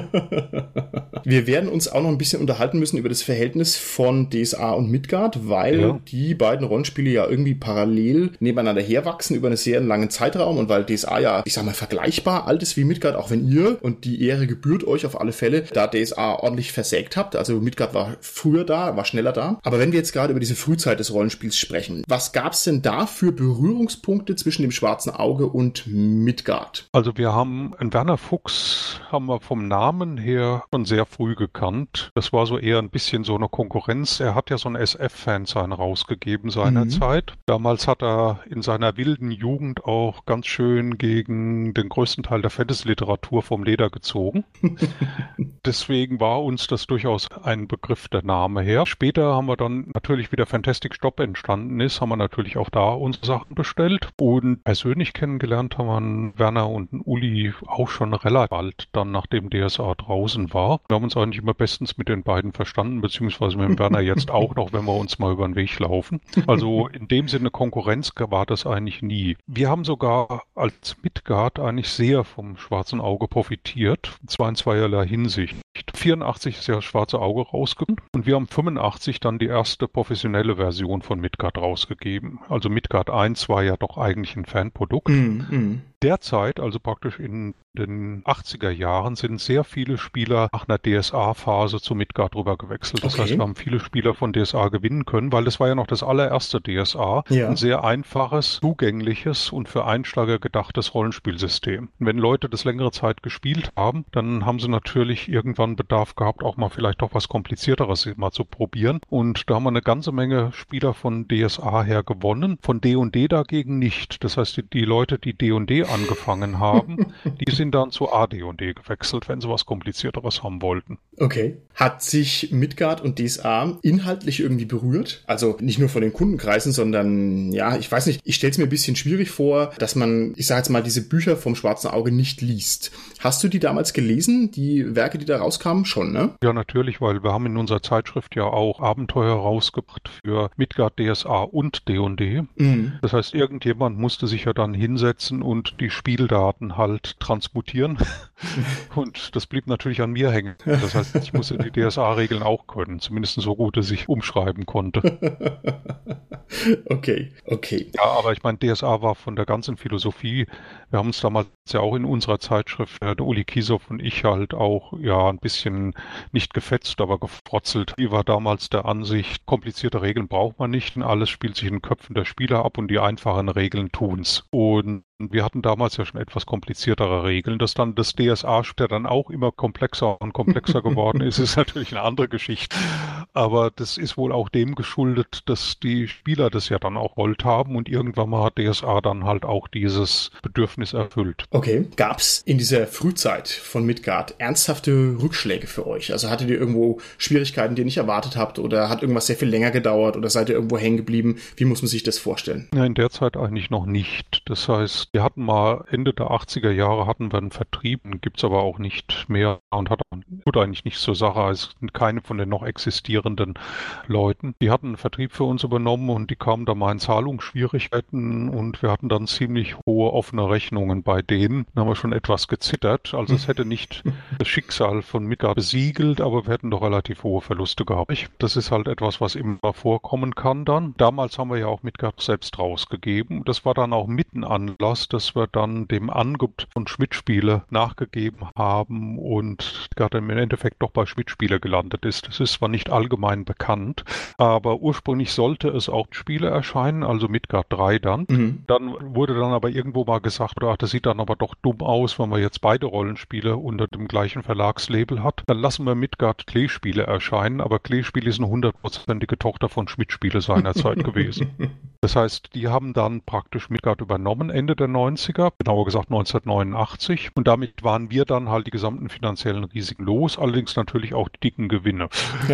Speaker 1: Wir werden uns auch noch ein bisschen unterhalten müssen über das Verhältnis von DSA und Midgard, weil die beiden Rollenspiele ja irgendwie parallel nebeneinander herwachsen über einen sehr langen Zeitraum und weil DSA ja, ich sag mal, vergleichbar alt ist wie Midgard, auch wenn ihr, und die Ehre gebührt euch auf alle Fälle, da DSA ordentlich versägt habt. Also Midgard war früher da, war schneller da. Aber wenn wir jetzt gerade über diese Frühzeit des Rollenspiels sprechen, was gab's denn da für Berührungspunkte zwischen dem Schwarzen Auge und Midgard?
Speaker 2: Also wir haben einen Werner Fuchs, haben wir vom Namen her schon sehr früh gekannt. Das war so eher ein bisschen so eine Konkurrenz. Er hat ja so ein SF-Fansign rausgegeben seinerzeit. Damals hat er in seiner wilden Jugend auch ganz schön gegen den größten Teil der Fantasy-Literatur vom Leder gezogen. Deswegen war uns das durchaus ein Begriff, der Name her. Später haben wir dann natürlich, wie der Fantastic Stop entstanden ist, haben wir natürlich auch da unsere Sachen bestellt. Und persönlich kennengelernt haben wir einen Werner und einen Uli auch schon relativ bald, dann nachdem DSA draußen war. Wir haben uns eigentlich immer bestens mit den beiden verstanden, beziehungsweise mit dem Werner jetzt auch noch, wenn wir uns mal über den Weg laufen. Also in dem Sinne Konkurrenz war das eigentlich nie. Wir haben sogar als Midgard eigentlich sehr vom Schwarzen Auge profitiert, und zwar in zweierlei Hinsicht. 84 ist ja das Schwarze Auge rausgekommen und wir haben 85 dann die erste professionelle Version von Midgard rausgegeben. Also Midgard 1 war ja doch eigentlich ein Fanprodukt. Derzeit, also praktisch in den 80er Jahren, sind sehr viele Spieler nach einer DSA-Phase zu Midgard rüber gewechselt. Das heißt, wir haben viele Spieler von DSA gewinnen können, weil das war ja noch das allererste DSA. Ja. Ein sehr einfaches, zugängliches und für Einsteiger gedachtes Rollenspielsystem. Und wenn Leute das längere Zeit gespielt haben, dann haben sie natürlich irgendwann Bedarf gehabt, auch mal vielleicht doch was Komplizierteres mal zu probieren. Und da haben wir eine ganze Menge Spieler von DSA her gewonnen, von D&D dagegen nicht. Das heißt, die Leute, die D&D angefangen haben, die sind dann zu AD&D gewechselt, wenn sie was Komplizierteres haben wollten.
Speaker 1: Okay. Hat sich Midgard und DSA inhaltlich irgendwie berührt? Also nicht nur von den Kundenkreisen, sondern, ja, ich weiß nicht, ich stelle es mir ein bisschen schwierig vor, dass man, ich sage jetzt mal, diese Bücher vom Schwarzen Auge nicht liest. Hast du die damals gelesen, die Werke, die da rauskamen? Schon, ne?
Speaker 2: Ja, natürlich, weil wir haben in unserer Zeitschrift ja auch Abenteuer rausgebracht für Midgard, DSA und D&D. Das heißt, irgendjemand musste sich ja dann hinsetzen und die Spieldaten halt transmutieren. Und das blieb natürlich an mir hängen. Das heißt, ich musste die DSA-Regeln auch können, zumindest so gut, dass ich umschreiben konnte.
Speaker 1: Okay.
Speaker 2: Ja, aber ich meine, DSA war von der ganzen Philosophie, wir haben uns damals ja auch in unserer Zeitschrift, der Uli Kiesow und ich halt auch ein bisschen nicht gefetzt, aber gefrotzelt. Die war damals der Ansicht, komplizierte Regeln braucht man nicht, alles spielt sich in den Köpfen der Spieler ab und die einfachen Regeln tun's. Und wir hatten damals ja schon etwas kompliziertere Regeln, dass dann das DSA später dann auch immer komplexer und komplexer geworden ist natürlich eine andere Geschichte. Aber das ist wohl auch dem geschuldet, dass die Spieler das ja dann auch gewollt haben und irgendwann mal hat DSA dann halt auch dieses Bedürfnis erfüllt.
Speaker 1: Okay. Gab's in dieser Frühzeit von Midgard ernsthafte Rückschläge für euch? Also hattet ihr irgendwo Schwierigkeiten, die ihr nicht erwartet habt oder hat irgendwas sehr viel länger gedauert oder seid ihr irgendwo hängen geblieben? Wie muss man sich das vorstellen?
Speaker 2: Ja, in der Zeit eigentlich noch nicht. Das heißt, wir hatten mal Ende der 80er Jahre hatten wir einen Vertrieb, gibt's aber auch nicht mehr und tut eigentlich nicht zur Sache. Es sind keine von den noch existierenden Leuten. Die hatten einen Vertrieb für uns übernommen und die kamen da mal in Zahlungsschwierigkeiten und wir hatten dann ziemlich hohe offene Rechnungen bei denen. Da haben wir schon etwas gezittert. Also es hätte nicht das Schicksal von Midgard besiegelt, aber wir hätten doch relativ hohe Verluste gehabt. Das ist halt etwas, was immer vorkommen kann dann. Damals haben wir ja auch Midgard selbst rausgegeben. Das war dann auch mitten Anlass, dass wir dann dem Angebot von Schmidt-Spiele nachgegeben haben und gerade im Endeffekt doch bei Schmidt-Spiele gelandet ist. Das ist zwar nicht allgemein bekannt, aber ursprünglich sollte es auch Spiele erscheinen, also Midgard 3 dann. Dann wurde dann aber irgendwo mal gesagt, das sieht dann aber doch dumm aus, wenn man jetzt beide Rollenspiele unter dem gleichen Verlagslabel hat. Dann lassen wir Midgard Klee-Spiele erscheinen, aber Klee-Spiele ist eine 100%ige Tochter von Schmidt-Spiele seinerzeit gewesen. Das heißt, die haben dann praktisch Midgard übernommen Ende der 90er, genauer gesagt 1989. Und damit waren wir dann halt die gesamten finanziellen Risiken los, allerdings natürlich auch die dicken Gewinne.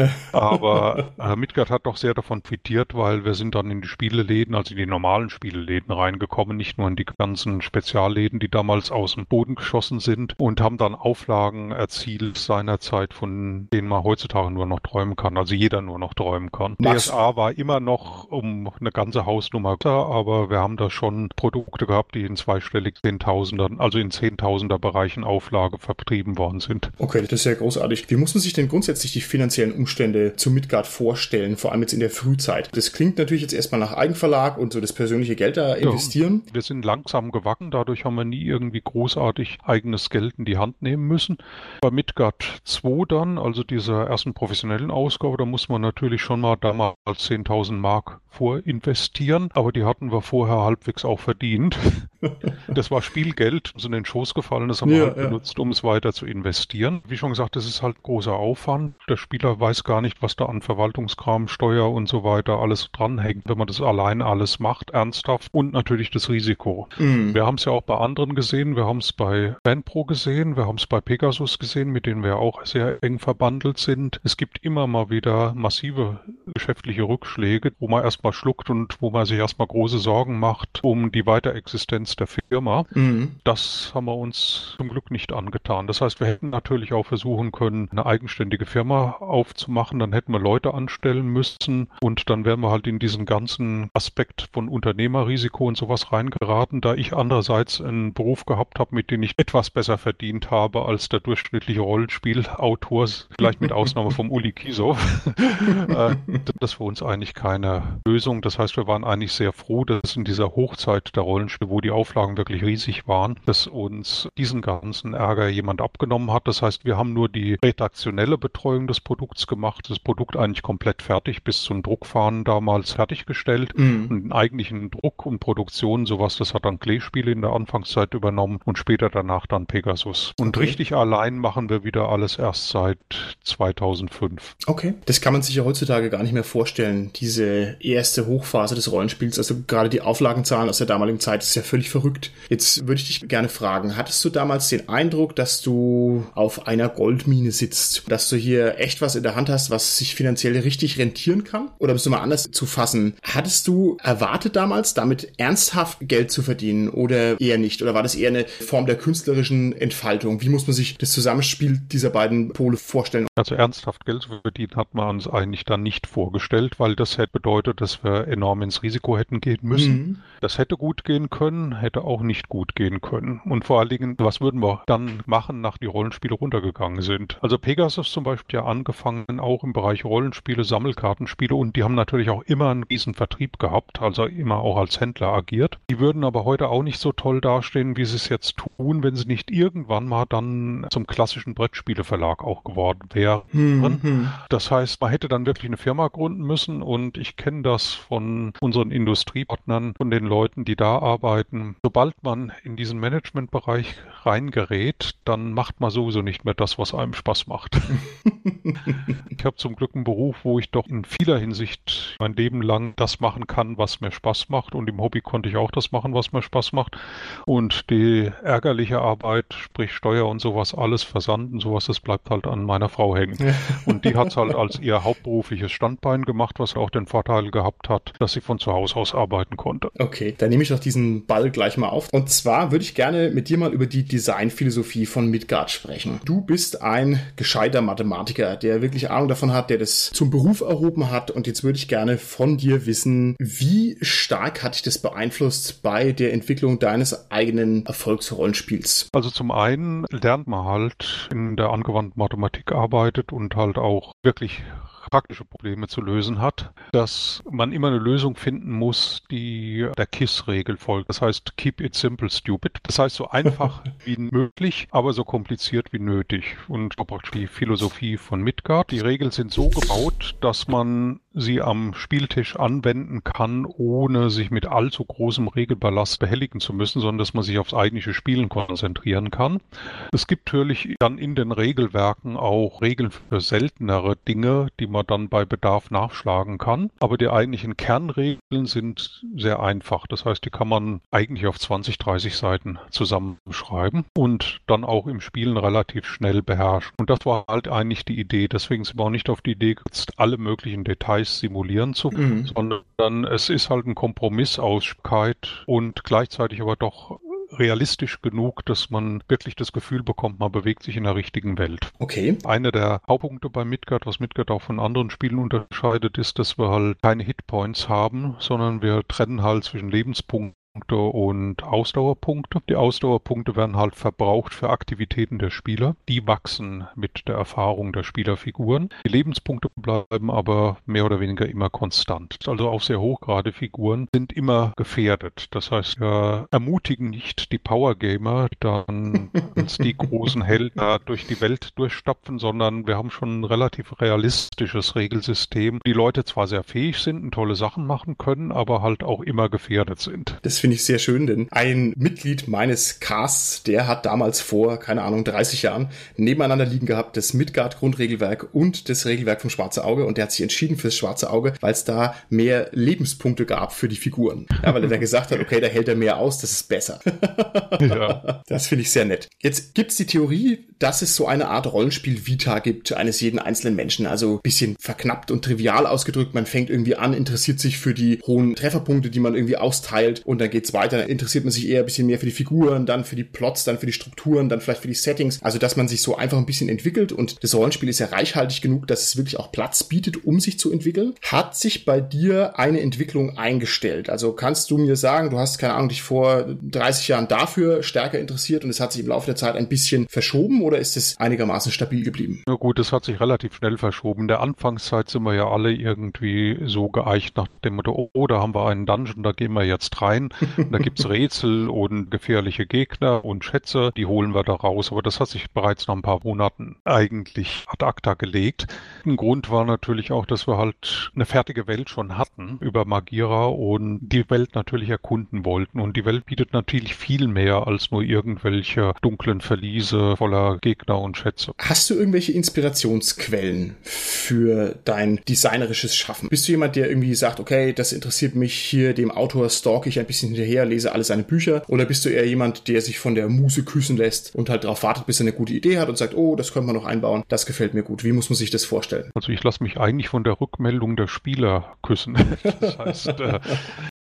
Speaker 2: Aber Midgard hat doch sehr davon profitiert, weil wir sind dann in die Spieleläden, also in die normalen Spieleläden reingekommen, nicht nur in die ganzen Spezialläden, die damals aus dem Boden geschossen sind und haben dann Auflagen erzielt seinerzeit, von denen man heutzutage nur noch träumen kann, also jeder nur noch träumen kann. DSA war immer noch um eine ganze Hausnummer, aber wir haben da schon Produkte gehabt, die in zweistellig Zehntausendern, also in Zehntausender Bereichen Auflage vertrieben worden sind.
Speaker 1: Okay, das ist ja großartig. Wie muss man sich denn grundsätzlich die finanziellen Umstände zu Midgard vorstellen, vor allem jetzt in der Frühzeit? Das klingt natürlich jetzt erstmal nach Eigenverlag und so das persönliche Geld da investieren.
Speaker 2: Ja, wir sind langsam gewachsen, dadurch haben wir nie irgendwie großartig eigenes Geld in die Hand nehmen müssen. Bei Midgard 2 dann, also dieser ersten professionellen Ausgabe, da muss man natürlich schon mal damals 10.000 Mark vorinvestieren, aber die hatten wir vorher halbwegs auch verdient. Das war Spielgeld, uns in den Schoß gefallen, das haben wir halt benutzt, um es weiter zu investieren. Wie schon gesagt, das ist halt großer Aufwand. Der Spieler weiß gar nicht, was da an Verwaltungskram, Steuer und so weiter alles dranhängt, wenn man das allein alles macht, ernsthaft. Und natürlich das Risiko. Wir haben es ja auch bei anderen gesehen, wir haben es bei FanPro gesehen, wir haben es bei Pegasus gesehen, mit denen wir auch sehr eng verbandelt sind. Es gibt immer mal wieder massive geschäftliche Rückschläge, wo man erstmal schluckt und wo man sich erstmal große Sorgen macht um die Weiterexistenz der Firma. Das haben wir uns zum Glück nicht angetan. Das heißt, wir hätten natürlich auch versuchen können, eine eigenständige Firma aufzumachen, dann hätten wir Leute anstellen müssen und dann wären wir halt in diesen ganzen Aspekt von Unternehmerrisiko und sowas reingeraten, da ich andererseits einen Beruf gehabt habe, mit dem ich etwas besser verdient habe als der durchschnittliche Rollenspielautor, vielleicht mit Ausnahme vom Uli Kiesow. Das war uns eigentlich keine Lösung. Das heißt, wir waren eigentlich sehr froh, dass in dieser Hochzeit der Rollenspiele, wo die Auflagen wirklich riesig waren, dass uns diesen ganzen Ärger jemand abgenommen hat. Das heißt, wir haben nur die redaktionelle Betreuung des Produkts gemacht, das Produkt eigentlich komplett fertig, bis zum Druckfahren damals fertiggestellt. Und den eigentlichen Druck und Produktion, sowas, das hat dann Klee-Spiele in der Anfangszeit übernommen und später danach dann Pegasus. Und richtig allein machen wir wieder alles erst seit 2005.
Speaker 1: Okay. Das kann man sich ja heutzutage gar nicht mehr vorstellen, diese erste Hochphase des Rollenspiels. Also gerade die Auflagenzahlen aus der damaligen Zeit ist ja völlig verrückt. Jetzt würde ich dich gerne fragen, hattest du damals den Eindruck, dass du auf einer Goldmine sitzt, dass du hier echt was in der Hand hast, was sich finanziell richtig rentieren kann? Oder bist du mal anders zu fassen? Hattest du erwartet damals, damit ernsthaft Geld zu verdienen oder eher nicht? Oder war das eher eine Form der künstlerischen Entfaltung? Wie muss man sich das Zusammenspiel dieser beiden Pole vorstellen?
Speaker 2: Also ernsthaft Geld zu verdienen hat man uns eigentlich dann nicht vorgestellt, weil das hätte bedeutet, dass wir enorm ins Risiko hätten gehen müssen. Das hätte gut gehen können. hätte auch nicht gut gehen können. Und vor allen Dingen, was würden wir dann machen, nach die Rollenspiele runtergegangen sind? Also Pegasus zum Beispiel ja angefangen, auch im Bereich Rollenspiele, Sammelkartenspiele, und die haben natürlich auch immer einen riesen Vertrieb gehabt, also immer auch als Händler agiert. Die würden aber heute auch nicht so toll dastehen, wie sie es jetzt tun, wenn sie nicht irgendwann mal dann zum klassischen Brettspieleverlag auch geworden wären. Das heißt, man hätte dann wirklich eine Firma gründen müssen, und ich kenne das von unseren Industriepartnern, von den Leuten, die da arbeiten. Sobald man in diesen Managementbereich reingerät, dann macht man sowieso nicht mehr das, was einem Spaß macht. Ich habe zum Glück einen Beruf, wo ich doch in vieler Hinsicht mein Leben lang das machen kann, was mir Spaß macht, und im Hobby konnte ich auch das machen, was mir Spaß macht. Und die ärgerliche Arbeit, sprich Steuer und sowas, alles Versand und sowas, das bleibt halt an meiner Frau hängen. Und die hat es halt als ihr hauptberufliches Standbein gemacht, was auch den Vorteil gehabt hat, dass sie von zu Hause aus arbeiten konnte.
Speaker 1: Okay, dann nehme ich doch diesen Ball gleich mal auf. Und zwar würde ich gerne mit dir mal über die Designphilosophie von Midgard sprechen. Du bist ein gescheiter Mathematiker, der wirklich Ahnung davon hat, der das zum Beruf erhoben hat. Und jetzt würde ich gerne von dir wissen, wie stark hat dich das beeinflusst bei der Entwicklung deines eigenen Erfolgsrollenspiels?
Speaker 2: Also zum einen lernt man halt in der angewandten Mathematik arbeitet und halt auch wirklich praktische Probleme zu lösen hat, dass man immer eine Lösung finden muss, die der KISS-Regel folgt. Das heißt, keep it simple, stupid. Das heißt, so einfach wie möglich, aber so kompliziert wie nötig. Und praktisch die Philosophie von Midgard. Die Regeln sind so gebaut, dass man sie am Spieltisch anwenden kann, ohne sich mit allzu großem Regelballast behelligen zu müssen, sondern dass man sich aufs eigentliche Spielen konzentrieren kann. Es gibt natürlich dann in den Regelwerken auch Regeln für seltenere Dinge, die man dann bei Bedarf nachschlagen kann. Aber die eigentlichen Kernregeln sind sehr einfach. Das heißt, die kann man eigentlich auf 20, 30 Seiten zusammenschreiben und dann auch im Spielen relativ schnell beherrschen. Und das war halt eigentlich die Idee. Deswegen sind wir auch nicht auf die Idee gekommen, alle möglichen Details simulieren zu, sondern es ist halt ein Kompromiss aus und gleichzeitig aber doch realistisch genug, dass man wirklich das Gefühl bekommt, man bewegt sich in der richtigen Welt.
Speaker 1: Okay.
Speaker 2: Einer der Hauptpunkte bei Midgard, was Midgard auch von anderen Spielen unterscheidet, ist, dass wir halt keine Hitpoints haben, sondern wir trennen halt zwischen Lebenspunkten und Ausdauerpunkte. Die Ausdauerpunkte werden halt verbraucht für Aktivitäten der Spieler. Die wachsen mit der Erfahrung der Spielerfiguren. Die Lebenspunkte bleiben aber mehr oder weniger immer konstant. Also auch sehr hochgradige Figuren sind immer gefährdet. Das heißt, wir ermutigen nicht die Powergamer, dann als die großen Helden durch die Welt durchstapfen, sondern wir haben schon ein relativ realistisches Regelsystem. Die Leute zwar sehr fähig sind und tolle Sachen machen können, aber halt auch immer gefährdet sind.
Speaker 1: Das finde ich sehr schön, denn ein Mitglied meines Casts, der hat damals vor, keine Ahnung, 30 Jahren nebeneinander liegen gehabt, das Midgard-Grundregelwerk und das Regelwerk vom Schwarze Auge, und der hat sich entschieden fürs Schwarze Auge, weil es da mehr Lebenspunkte gab für die Figuren. Ja, weil er dann gesagt hat, okay, da hält er mehr aus, das ist besser. Ja. Das finde ich sehr nett. Jetzt gibt's die Theorie, dass es so eine Art Rollenspiel-Vita gibt, eines jeden einzelnen Menschen, also ein bisschen verknappt und trivial ausgedrückt. Man fängt irgendwie an, interessiert sich für die hohen Trefferpunkte, die man irgendwie austeilt, und dann geht's weiter, dann interessiert man sich eher ein bisschen mehr für die Figuren, dann für die Plots, dann für die Strukturen, dann vielleicht für die Settings, also dass man sich so einfach ein bisschen entwickelt, und das Rollenspiel ist ja reichhaltig genug, dass es wirklich auch Platz bietet, um sich zu entwickeln. Hat sich bei dir eine Entwicklung eingestellt? Also kannst du mir sagen, du hast, keine Ahnung, dich vor 30 Jahren dafür stärker interessiert und es hat sich im Laufe der Zeit ein bisschen verschoben, oder ist es einigermaßen stabil geblieben?
Speaker 2: Na gut, es hat sich relativ schnell verschoben. In der Anfangszeit sind wir ja alle irgendwie so geeicht nach dem Motto, oh, da haben wir einen Dungeon, da gehen wir jetzt rein. Da gibt's Rätsel und gefährliche Gegner und Schätze, die holen wir da raus. Aber das hat sich bereits nach ein paar Monaten eigentlich ad acta gelegt. Ein Grund war natürlich auch, dass wir halt eine fertige Welt schon hatten über Magira und die Welt natürlich erkunden wollten. Und die Welt bietet natürlich viel mehr als nur irgendwelche dunklen Verliese voller Gegner und Schätze.
Speaker 1: Hast du irgendwelche Inspirationsquellen für dein designerisches Schaffen? Bist du jemand, der irgendwie sagt, okay, das interessiert mich, hier dem Autor stalke ich ein bisschen hinterher, lese alle seine Bücher? Oder bist du eher jemand, der sich von der Muse küssen lässt und halt darauf wartet, bis er eine gute Idee hat und sagt, oh, das könnte man noch einbauen, das gefällt mir gut. Wie muss man sich das vorstellen?
Speaker 2: Also ich lasse mich eigentlich von der Rückmeldung der Spieler küssen. Das heißt,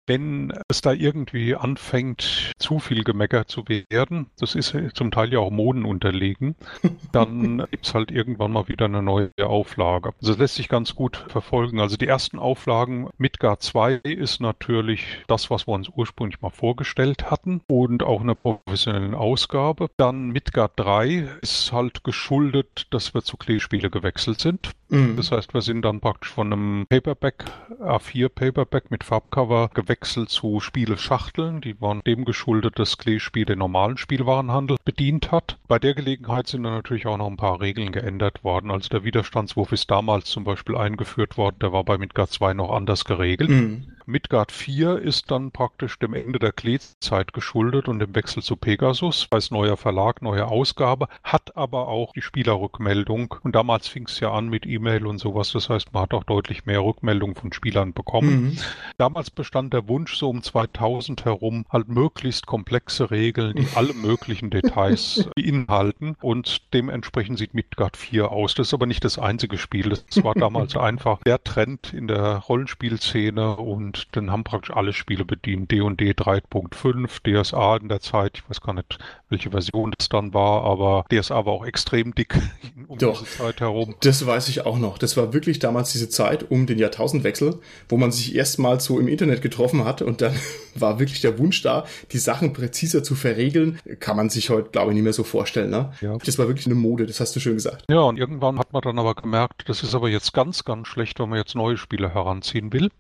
Speaker 2: wenn es da irgendwie anfängt, zu viel gemeckert zu werden, das ist zum Teil ja auch Moden unterlegen, dann gibt's halt irgendwann mal wieder eine neue Auflage. Also das lässt sich ganz gut verfolgen. Also die ersten Auflagen, Midgard 2 ist natürlich das, was wir uns ursprünglich mal vorgestellt hatten und auch eine professionelle Ausgabe. Dann Midgard 3 ist halt geschuldet, dass wir zu Kleespiele gewechselt sind. Das heißt, wir sind dann praktisch von einem Paperback, A4-Paperback mit Farbcover gewechselt zu Spieleschachteln. Die waren dem geschuldet, dass Kleespiel den normalen Spielwarenhandel bedient hat. Bei der Gelegenheit sind dann natürlich auch noch ein paar Regeln geändert worden. Also der Widerstandswurf ist damals zum Beispiel eingeführt worden. Der war bei Midgard 2 noch anders geregelt. Midgard 4 ist dann praktisch dem Ende der Kleezeit geschuldet und dem Wechsel zu Pegasus. Als neuer Verlag, neue Ausgabe, hat aber auch die Spielerrückmeldung. Und damals fing es ja an mit E-Mail und sowas. Das heißt, man hat auch deutlich mehr Rückmeldungen von Spielern bekommen. Damals bestand der Wunsch, so um 2000 herum, halt möglichst komplexe Regeln, die alle möglichen Details beinhalten. Und dementsprechend sieht Midgard 4 aus. Das ist aber nicht das einzige Spiel. Das war damals einfach der Trend in der Rollenspielszene und dann haben praktisch alle Spiele bedient. D&D 3.5, DSA in der Zeit, ich weiß gar nicht, welche Version das dann war, aber DSA war auch extrem dick um diese Zeit herum.
Speaker 1: Das weiß ich auch noch. Das war wirklich damals diese Zeit um den Jahrtausendwechsel, wo man sich erstmals so im Internet getroffen hat und dann war wirklich der Wunsch da, die Sachen präziser zu verregeln. Kann man sich heute, glaube ich, nicht mehr so vorstellen. Ne? Ja. Das war wirklich eine Mode, das hast du schön gesagt.
Speaker 2: Ja, und irgendwann hat man dann aber gemerkt, das ist aber jetzt ganz, ganz schlecht, wenn man jetzt neue Spiele heranziehen will.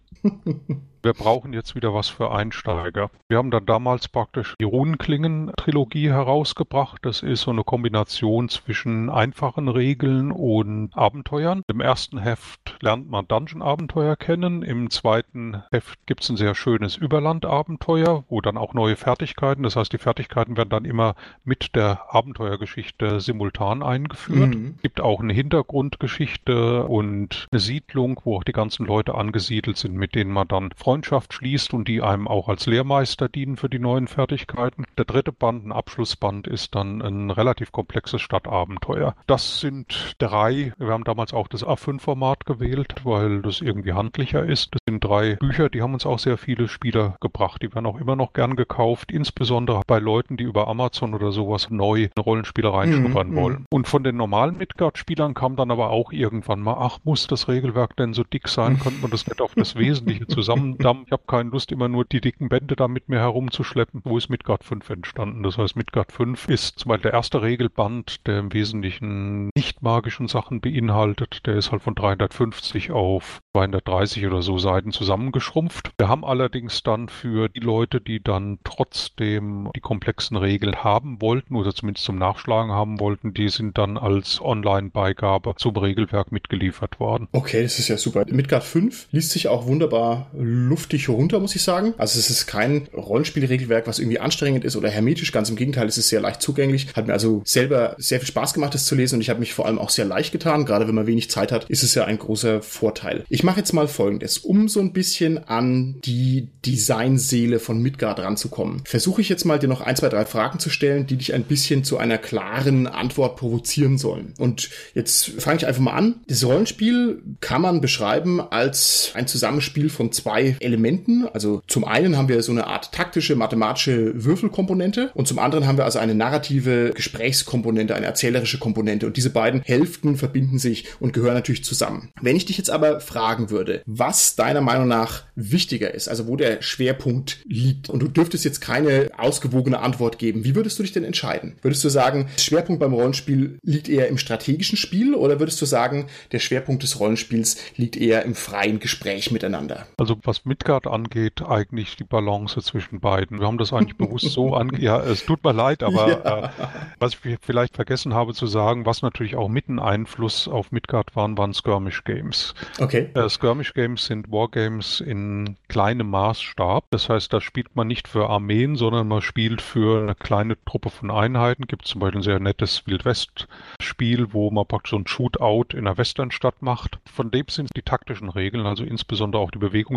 Speaker 2: Wir brauchen jetzt wieder was für Einsteiger. Wir haben dann damals praktisch die Runenklingen-Trilogie herausgebracht. Das ist so eine Kombination zwischen einfachen Regeln und Abenteuern. Im ersten Heft lernt man Dungeon-Abenteuer kennen. Im zweiten Heft gibt es ein sehr schönes Überland-Abenteuer, wo dann auch neue Fertigkeiten, das heißt, die Fertigkeiten werden dann immer mit der Abenteuergeschichte simultan eingeführt. Es gibt auch eine Hintergrundgeschichte und eine Siedlung, wo auch die ganzen Leute angesiedelt sind, mit denen man dann Freundschaft schließt und die einem auch als Lehrmeister dienen für die neuen Fertigkeiten. Der dritte Band, ein Abschlussband, ist dann ein relativ komplexes Stadtabenteuer. Das sind 3, wir haben damals auch das A5-Format gewählt, weil das irgendwie handlicher ist. Das sind 3 Bücher, die haben uns auch sehr viele Spieler gebracht. Die werden auch immer noch gern gekauft, insbesondere bei Leuten, die über Amazon oder sowas neu in Rollenspiele reinschnuppern wollen. Und von den normalen Midgard-Spielern kam dann aber auch irgendwann mal, ach, muss das Regelwerk denn so dick sein? Könnte man das nicht auf das Wesentliche zusammen? Ich habe keine Lust, immer nur die dicken Bände da mit mir herumzuschleppen. Wo ist Midgard 5 entstanden? Das heißt, Midgard 5 ist zum Beispiel der erste Regelband, der im Wesentlichen nicht magischen Sachen beinhaltet. Der ist halt von 350 auf 230 oder so Seiten zusammengeschrumpft. Wir haben allerdings dann für die Leute, die dann trotzdem die komplexen Regeln haben wollten oder zumindest zum Nachschlagen haben wollten, die sind dann als Online-Beigabe zum Regelwerk mitgeliefert worden.
Speaker 1: Okay, das ist ja super. Midgard 5 liest sich auch wunderbar luftig runter, muss ich sagen. Also es ist kein Rollenspielregelwerk, was irgendwie anstrengend ist oder hermetisch. Ganz im Gegenteil, es ist sehr leicht zugänglich. Hat mir also selber sehr viel Spaß gemacht, das zu lesen und ich habe mich vor allem auch sehr leicht getan. Gerade wenn man wenig Zeit hat, ist es ja ein großer Vorteil. Ich mache jetzt mal Folgendes. Um so ein bisschen an die Designseele von Midgard ranzukommen, versuche ich jetzt mal dir noch 1, 2, 3 Fragen zu stellen, die dich ein bisschen zu einer klaren Antwort provozieren sollen. Und jetzt fange ich einfach mal an. Das Rollenspiel kann man beschreiben als ein Zusammenspiel von 2 Elementen. Also zum einen haben wir so eine Art taktische, mathematische Würfelkomponente und zum anderen haben wir also eine narrative Gesprächskomponente, eine erzählerische Komponente. Und diese beiden Hälften verbinden sich und gehören natürlich zusammen. Wenn ich dich jetzt aber fragen würde, was deiner Meinung nach wichtiger ist, also wo der Schwerpunkt liegt, und du dürftest jetzt keine ausgewogene Antwort geben, wie würdest du dich denn entscheiden? Würdest du sagen, der Schwerpunkt beim Rollenspiel liegt eher im strategischen Spiel oder würdest du sagen, der Schwerpunkt des Rollenspiels liegt eher im freien Gespräch miteinander?
Speaker 2: Also was Midgard angeht, eigentlich die Balance zwischen beiden. Wir haben das eigentlich bewusst so ja, es tut mir leid, aber was ich vielleicht vergessen habe zu sagen, was natürlich auch mit ein Einfluss auf Midgard waren Skirmish Games.
Speaker 1: Okay.
Speaker 2: Skirmish Games sind Wargames in kleinem Maßstab. Das heißt, da spielt man nicht für Armeen, sondern man spielt für eine kleine Truppe von Einheiten. Gibt zum Beispiel ein sehr nettes Wild-West-Spiel, wo man praktisch so ein Shootout in einer Westernstadt macht. Von dem sind die taktischen Regeln, also insbesondere auch die Bewegungsregeln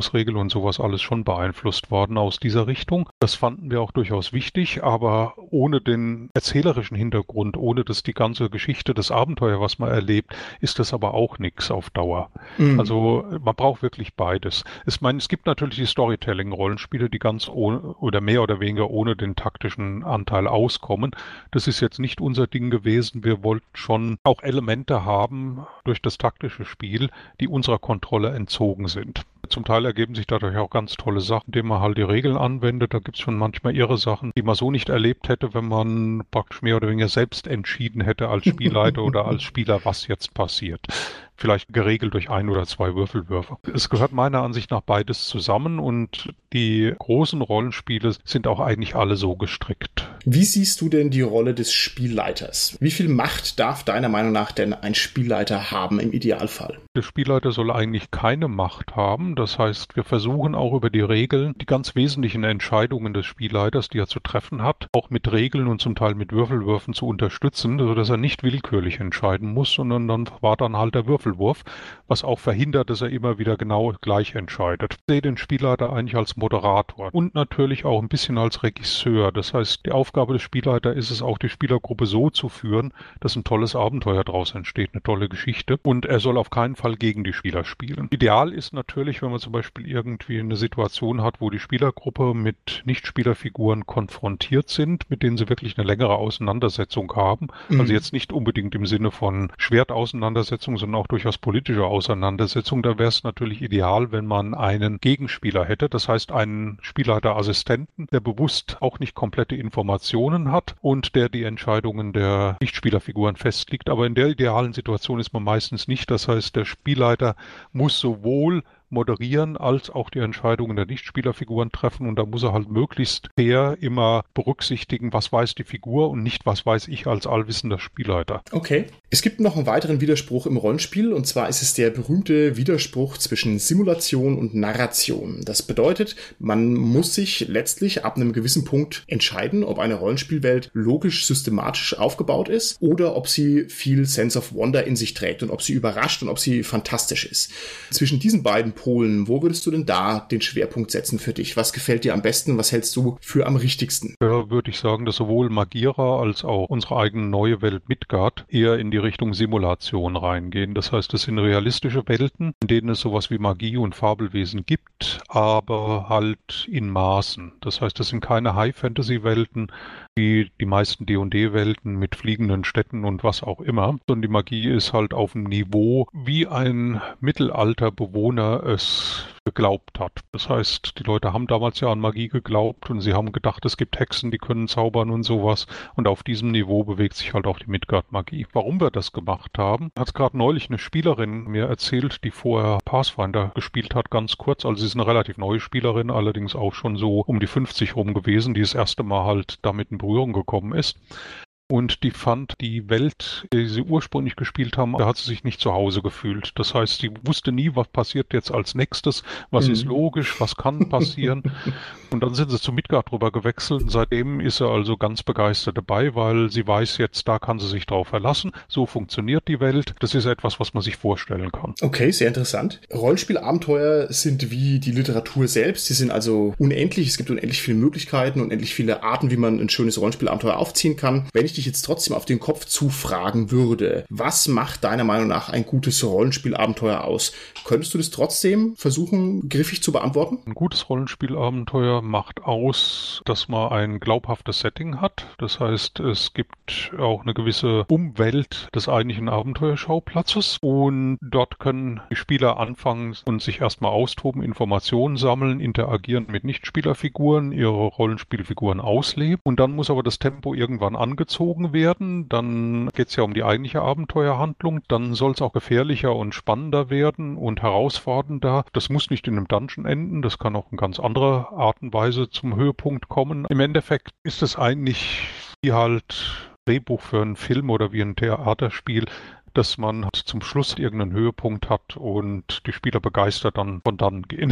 Speaker 2: und sowas alles schon beeinflusst worden aus dieser Richtung. Das fanden wir auch durchaus wichtig, aber ohne den erzählerischen Hintergrund, ohne die ganze Geschichte, das Abenteuer, was man erlebt, ist das aber auch nichts auf Dauer. Also man braucht wirklich beides. Ich meine, es gibt natürlich die Storytelling-Rollenspiele, die ganz ohne oder mehr oder weniger ohne den taktischen Anteil auskommen. Das ist jetzt nicht unser Ding gewesen. Wir wollten schon auch Elemente haben durch das taktische Spiel, die unserer Kontrolle entzogen sind. Zum Teil ergeben sich dadurch auch ganz tolle Sachen, indem man halt die Regeln anwendet. Da gibt es schon manchmal irre Sachen, die man so nicht erlebt hätte, wenn man praktisch mehr oder weniger selbst entschieden hätte als Spielleiter oder als Spieler, was jetzt passiert. Vielleicht geregelt durch 1 oder 2 Würfelwürfe. Es gehört meiner Ansicht nach beides zusammen und die großen Rollenspiele sind auch eigentlich alle so gestrickt.
Speaker 1: Wie siehst du denn die Rolle des Spielleiters? Wie viel Macht darf deiner Meinung nach denn ein Spielleiter haben im Idealfall?
Speaker 2: Der Spielleiter soll eigentlich keine Macht haben. Das heißt, wir versuchen auch über die Regeln die ganz wesentlichen Entscheidungen des Spielleiters, die er zu treffen hat, auch mit Regeln und zum Teil mit Würfelwürfen zu unterstützen, sodass er nicht willkürlich entscheiden muss, sondern dann war dann halt der Würfelwurf, was auch verhindert, dass er immer wieder genau gleich entscheidet. Ich sehe den Spielleiter eigentlich als Moderator und natürlich auch ein bisschen als Regisseur. Das heißt, die Aufgabe des Spielleiters ist es auch, die Spielergruppe so zu führen, dass ein tolles Abenteuer daraus entsteht, eine tolle Geschichte. Und er soll auf keinen Fall gegen die Spieler spielen. Ideal ist natürlich, wenn man zum Beispiel irgendwie eine Situation hat, wo die Spielergruppe mit Nicht-Spielerfiguren konfrontiert sind, mit denen sie wirklich eine längere Auseinandersetzung haben. Also jetzt nicht unbedingt im Sinne von Schwertauseinandersetzung, sondern auch durchaus politische Auseinandersetzung. Da wäre es natürlich ideal, wenn man einen Gegenspieler hätte. Das heißt, einen Spielleiterassistenten, der bewusst auch nicht komplette Informationen hat und der die Entscheidungen der Nicht-Spielerfiguren festlegt. Aber in der idealen Situation ist man meistens nicht. Das heißt, der Spielleiter muss sowohl moderieren, als auch die Entscheidungen der Nichtspielerfiguren treffen und da muss er halt möglichst fair immer berücksichtigen, was weiß die Figur und nicht, was weiß ich als allwissender Spielleiter.
Speaker 1: Okay. Es gibt noch einen weiteren Widerspruch im Rollenspiel und zwar ist es der berühmte Widerspruch zwischen Simulation und Narration. Das bedeutet, man muss sich letztlich ab einem gewissen Punkt entscheiden, ob eine Rollenspielwelt logisch, systematisch aufgebaut ist oder ob sie viel Sense of Wonder in sich trägt und ob sie überrascht und ob sie fantastisch ist. Zwischen diesen beiden Polen, wo würdest du denn da den Schwerpunkt setzen für dich? Was gefällt dir am besten? Was hältst du für am richtigsten?
Speaker 2: Da würde ich sagen, dass sowohl Magira als auch unsere eigene neue Welt Midgard eher in die Richtung Simulation reingehen. Das heißt, es sind realistische Welten, in denen es sowas wie Magie und Fabelwesen gibt, aber halt in Maßen. Das heißt, es sind keine High-Fantasy-Welten, wie die meisten D&D-Welten mit fliegenden Städten und was auch immer, sondern die Magie ist halt auf dem Niveau, wie ein Mittelalterbewohner es geglaubt hat. Das heißt, die Leute haben damals ja an Magie geglaubt und sie haben gedacht, es gibt Hexen, die können zaubern und sowas. Und auf diesem Niveau bewegt sich halt auch die Midgard-Magie. Warum wir das gemacht haben, hat gerade neulich eine Spielerin mir erzählt, die vorher Pathfinder gespielt hat, ganz kurz. Also sie ist eine relativ neue Spielerin, allerdings auch schon so um die 50 rum gewesen, die das erste Mal halt damit in Berührung gekommen ist. Und die fand die Welt, die sie ursprünglich gespielt haben, da hat sie sich nicht zu Hause gefühlt. Das heißt, sie wusste nie, was passiert jetzt als nächstes, was ist logisch, was kann passieren. Und dann sind sie zu Midgard drüber gewechselt. Und seitdem ist sie also ganz begeistert dabei, weil sie weiß jetzt, da kann sie sich drauf verlassen. So funktioniert die Welt. Das ist etwas, was man sich vorstellen kann.
Speaker 1: Okay, sehr interessant. Rollenspielabenteuer sind wie die Literatur selbst. Sie sind also unendlich. Es gibt unendlich viele Möglichkeiten, unendlich viele Arten, wie man ein schönes Rollenspielabenteuer aufziehen kann. Wenn ich dich jetzt trotzdem auf den Kopf zufragen würde, was macht deiner Meinung nach ein gutes Rollenspielabenteuer aus? Könntest du das trotzdem versuchen, griffig zu beantworten?
Speaker 2: Ein gutes Rollenspielabenteuer macht aus, dass man ein glaubhaftes Setting hat. Das heißt, es gibt auch eine gewisse Umwelt des eigentlichen Abenteuerschauplatzes und dort können die Spieler anfangen und sich erstmal austoben, Informationen sammeln, interagieren mit Nichtspielerfiguren, ihre Rollenspielfiguren ausleben und dann muss aber das Tempo irgendwann angezogen werden, dann geht es ja um die eigentliche Abenteuerhandlung, dann soll es auch gefährlicher und spannender werden und herausfordernder. Das muss nicht in einem Dungeon enden, das kann auch in ganz anderer Art und Weise zum Höhepunkt kommen. Im Endeffekt ist es eigentlich wie halt Drehbuch für einen Film oder wie ein Theaterspiel, dass man zum Schluss irgendeinen Höhepunkt hat und die Spieler begeistert dann von dann gehen.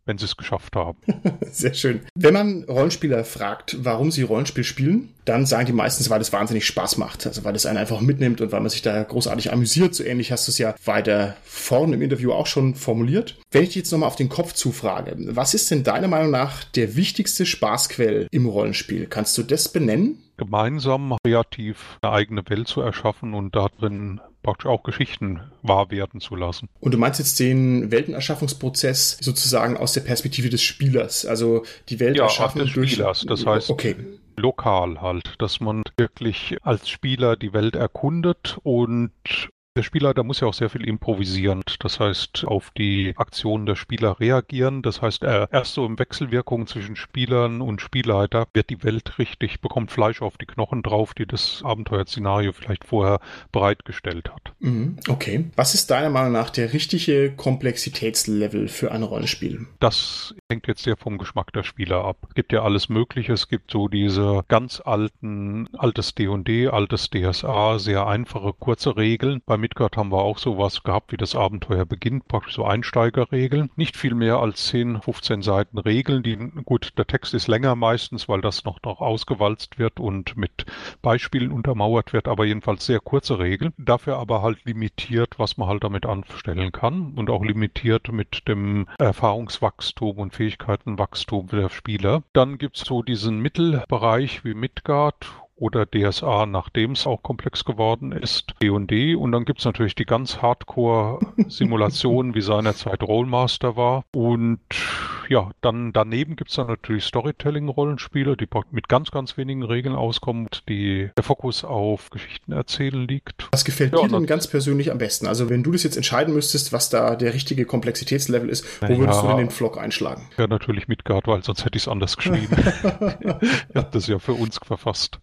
Speaker 2: wenn sie es geschafft haben.
Speaker 1: Sehr schön. Wenn man Rollenspieler fragt, warum sie Rollenspiel spielen, dann sagen die meistens, weil es wahnsinnig Spaß macht. Also weil es einen einfach mitnimmt und weil man sich da großartig amüsiert. So ähnlich hast du es ja weiter vorne im Interview auch schon formuliert. Wenn ich dich jetzt nochmal auf den Kopf zufrage, was ist denn deiner Meinung nach der wichtigste Spaßquell im Rollenspiel? Kannst du das benennen?
Speaker 2: Gemeinsam kreativ eine eigene Welt zu erschaffen und darin praktisch auch Geschichten wahr werden zu lassen.
Speaker 1: Und du meinst jetzt den Weltenerschaffungsprozess sozusagen aus der Perspektive des Spielers, also die Welt erschaffen
Speaker 2: des
Speaker 1: durch...
Speaker 2: Spielers, das heißt lokal halt, dass man wirklich als Spieler die Welt erkundet und der Spieler, da muss ja auch sehr viel improvisieren. Das heißt, auf die Aktionen der Spieler reagieren. Das heißt, erst so im Wechselwirkung zwischen Spielern und Spielleiter wird die Welt richtig, bekommt Fleisch auf die Knochen drauf, die das Abenteuerszenario vielleicht vorher bereitgestellt hat.
Speaker 1: Okay. Was ist deiner Meinung nach der richtige Komplexitätslevel für ein Rollenspiel?
Speaker 2: Das hängt jetzt sehr vom Geschmack der Spieler ab. Es gibt ja alles Mögliche. Es gibt so diese ganz altes D&D, altes DSA, sehr einfache, kurze Regeln. Bei Midgard haben wir auch sowas gehabt, wie das Abenteuer beginnt, praktisch so Einsteigerregeln. Nicht viel mehr als 10, 15 Seiten Regeln. Gut, der Text ist länger meistens, weil das noch ausgewalzt wird und mit Beispielen untermauert wird, aber jedenfalls sehr kurze Regeln. Dafür aber halt limitiert, was man halt damit anstellen kann und auch limitiert mit dem Erfahrungswachstum und Fähigkeitenwachstum der Spieler. Dann gibt's so diesen Mittelbereich wie Midgard oder DSA, nachdem es auch komplex geworden ist, D&D. Und dann gibt es natürlich die ganz Hardcore-Simulationen, wie seinerzeit Rollmaster war. Und ja, dann daneben gibt es dann natürlich Storytelling-Rollenspiele, die mit ganz, ganz wenigen Regeln auskommen und der Fokus auf Geschichten erzählen liegt.
Speaker 1: Was gefällt dir denn ganz persönlich am besten? Also wenn du das jetzt entscheiden müsstest, was da der richtige Komplexitätslevel ist, wo würdest du denn den Pflock einschlagen?
Speaker 2: Ja, natürlich Midgard, weil sonst hätte ich es anders geschrieben. Ich habe das ja für uns verfasst.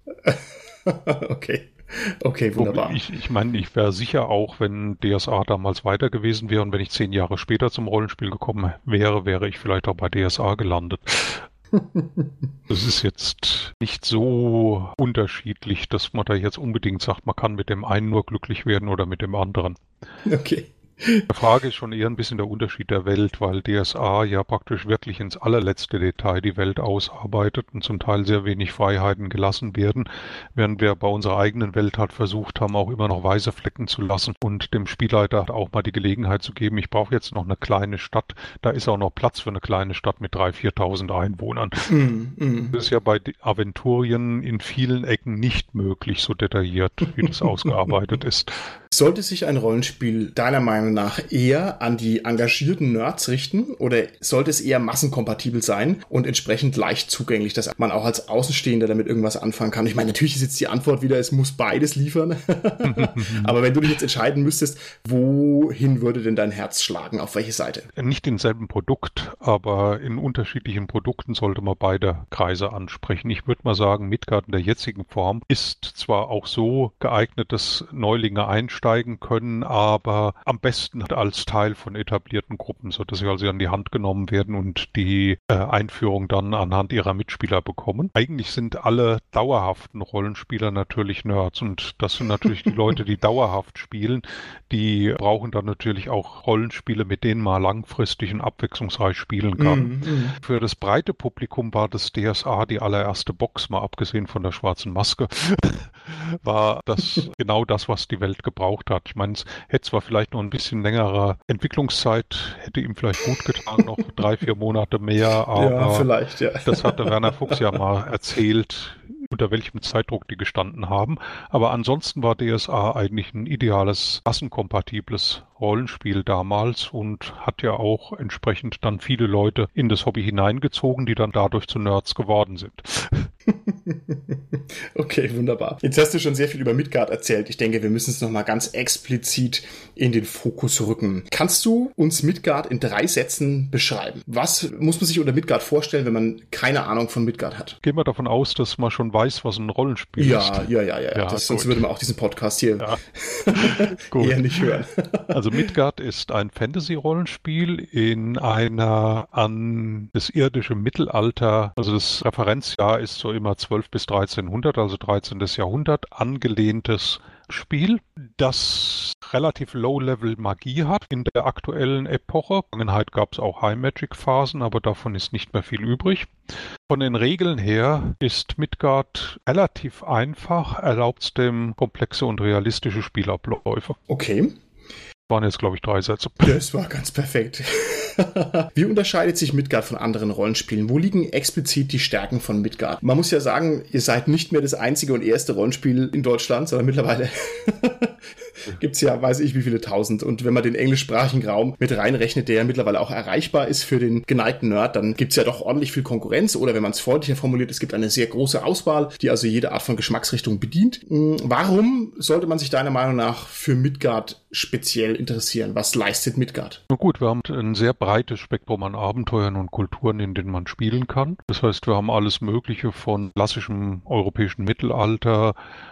Speaker 1: Okay, wunderbar.
Speaker 2: Ich meine, ich wäre sicher auch, wenn DSA damals weiter gewesen wäre und wenn ich 10 Jahre später zum Rollenspiel gekommen wäre ich vielleicht auch bei DSA gelandet. Das ist jetzt nicht so unterschiedlich, dass man da jetzt unbedingt sagt, man kann mit dem einen nur glücklich werden oder mit dem anderen.
Speaker 1: Okay.
Speaker 2: Die Frage ist schon eher ein bisschen der Unterschied der Welt, weil DSA ja praktisch wirklich ins allerletzte Detail die Welt ausarbeitet und zum Teil sehr wenig Freiheiten gelassen werden, während wir bei unserer eigenen Welt halt versucht haben, auch immer noch weiße Flecken zu lassen und dem Spielleiter auch mal die Gelegenheit zu geben, ich brauche jetzt noch eine kleine Stadt, da ist auch noch Platz für eine kleine Stadt mit 3.000, 4.000 Einwohnern. Das ist ja bei Aventurien in vielen Ecken nicht möglich, so detailliert, wie das ausgearbeitet ist.
Speaker 1: Sollte sich ein Rollenspiel deiner Meinung nach eher an die engagierten Nerds richten oder sollte es eher massenkompatibel sein und entsprechend leicht zugänglich, dass man auch als Außenstehender damit irgendwas anfangen kann? Ich meine, natürlich ist jetzt die Antwort wieder, es muss beides liefern. Aber wenn du dich jetzt entscheiden müsstest, wohin würde denn dein Herz schlagen? Auf welche Seite?
Speaker 2: Nicht in selben Produkt, aber in unterschiedlichen Produkten sollte man beide Kreise ansprechen. Ich würde mal sagen, Midgard in der jetzigen Form ist zwar auch so geeignet, dass Neulinge einsteigen können, aber am besten als Teil von etablierten Gruppen, sodass sie also an die Hand genommen werden und die Einführung dann anhand ihrer Mitspieler bekommen. Eigentlich sind alle dauerhaften Rollenspieler natürlich Nerds und das sind natürlich die Leute, die dauerhaft spielen, die brauchen dann natürlich auch Rollenspiele, mit denen man langfristig und abwechslungsreich spielen kann. Für das breite Publikum war das DSA die allererste Box, mal abgesehen von der schwarzen Maske, war das genau das, was die Welt gebraucht hat. Ich meine, es hätte zwar vielleicht noch ein bisschen längere Entwicklungszeit, hätte ihm vielleicht gut getan, noch 3-4 Monate mehr, aber
Speaker 1: ja, vielleicht, ja.
Speaker 2: Das hatte Werner Fuchs ja mal erzählt, unter welchem Zeitdruck die gestanden haben. Aber ansonsten war DSA eigentlich ein ideales, massenkompatibles Rollenspiel damals und hat ja auch entsprechend dann viele Leute in das Hobby hineingezogen, die dann dadurch zu Nerds geworden sind.
Speaker 1: Okay, wunderbar. Jetzt hast du schon sehr viel über Midgard erzählt. Ich denke, wir müssen es nochmal ganz explizit in den Fokus rücken. Kannst du uns Midgard in 3 Sätzen beschreiben? Was muss man sich unter Midgard vorstellen, wenn man keine Ahnung von Midgard hat?
Speaker 2: Gehen wir davon aus, dass man schon weiß, was ein Rollenspiel ist.
Speaker 1: Ja, sonst würde man auch diesen Podcast hier eher nicht hören.
Speaker 2: Also Midgard ist ein Fantasy-Rollenspiel in einer an das irdische Mittelalter, also das Referenzjahr ist so immer 12 bis 1300, also 13. Jahrhundert, angelehntes Spiel, das relativ Low-Level Magie hat in der aktuellen Epoche. In der Vergangenheit gab es auch High-Magic-Phasen, aber davon ist nicht mehr viel übrig. Von den Regeln her ist Midgard relativ einfach, erlaubt es dem komplexe und realistische Spielabläufe.
Speaker 1: Okay.
Speaker 2: Waren jetzt, glaube ich, 3 Sätze.
Speaker 1: Das war ganz perfekt. Wie unterscheidet sich Midgard von anderen Rollenspielen? Wo liegen explizit die Stärken von Midgard? Man muss ja sagen, ihr seid nicht mehr das einzige und erste Rollenspiel in Deutschland, sondern mittlerweile gibt's ja, weiß ich wie viele tausend. Und wenn man den englischsprachigen Raum mit reinrechnet, der ja mittlerweile auch erreichbar ist für den geneigten Nerd, dann gibt's ja doch ordentlich viel Konkurrenz. Oder wenn man es freundlicher formuliert, es gibt eine sehr große Auswahl, die also jede Art von Geschmacksrichtung bedient. Warum sollte man sich deiner Meinung nach für Midgard speziell interessieren? Was leistet Midgard?
Speaker 2: Na gut, wir haben ein sehr breites Spektrum an Abenteuern und Kulturen, in denen man spielen kann. Das heißt, wir haben alles Mögliche von klassischem europäischen Mittelalter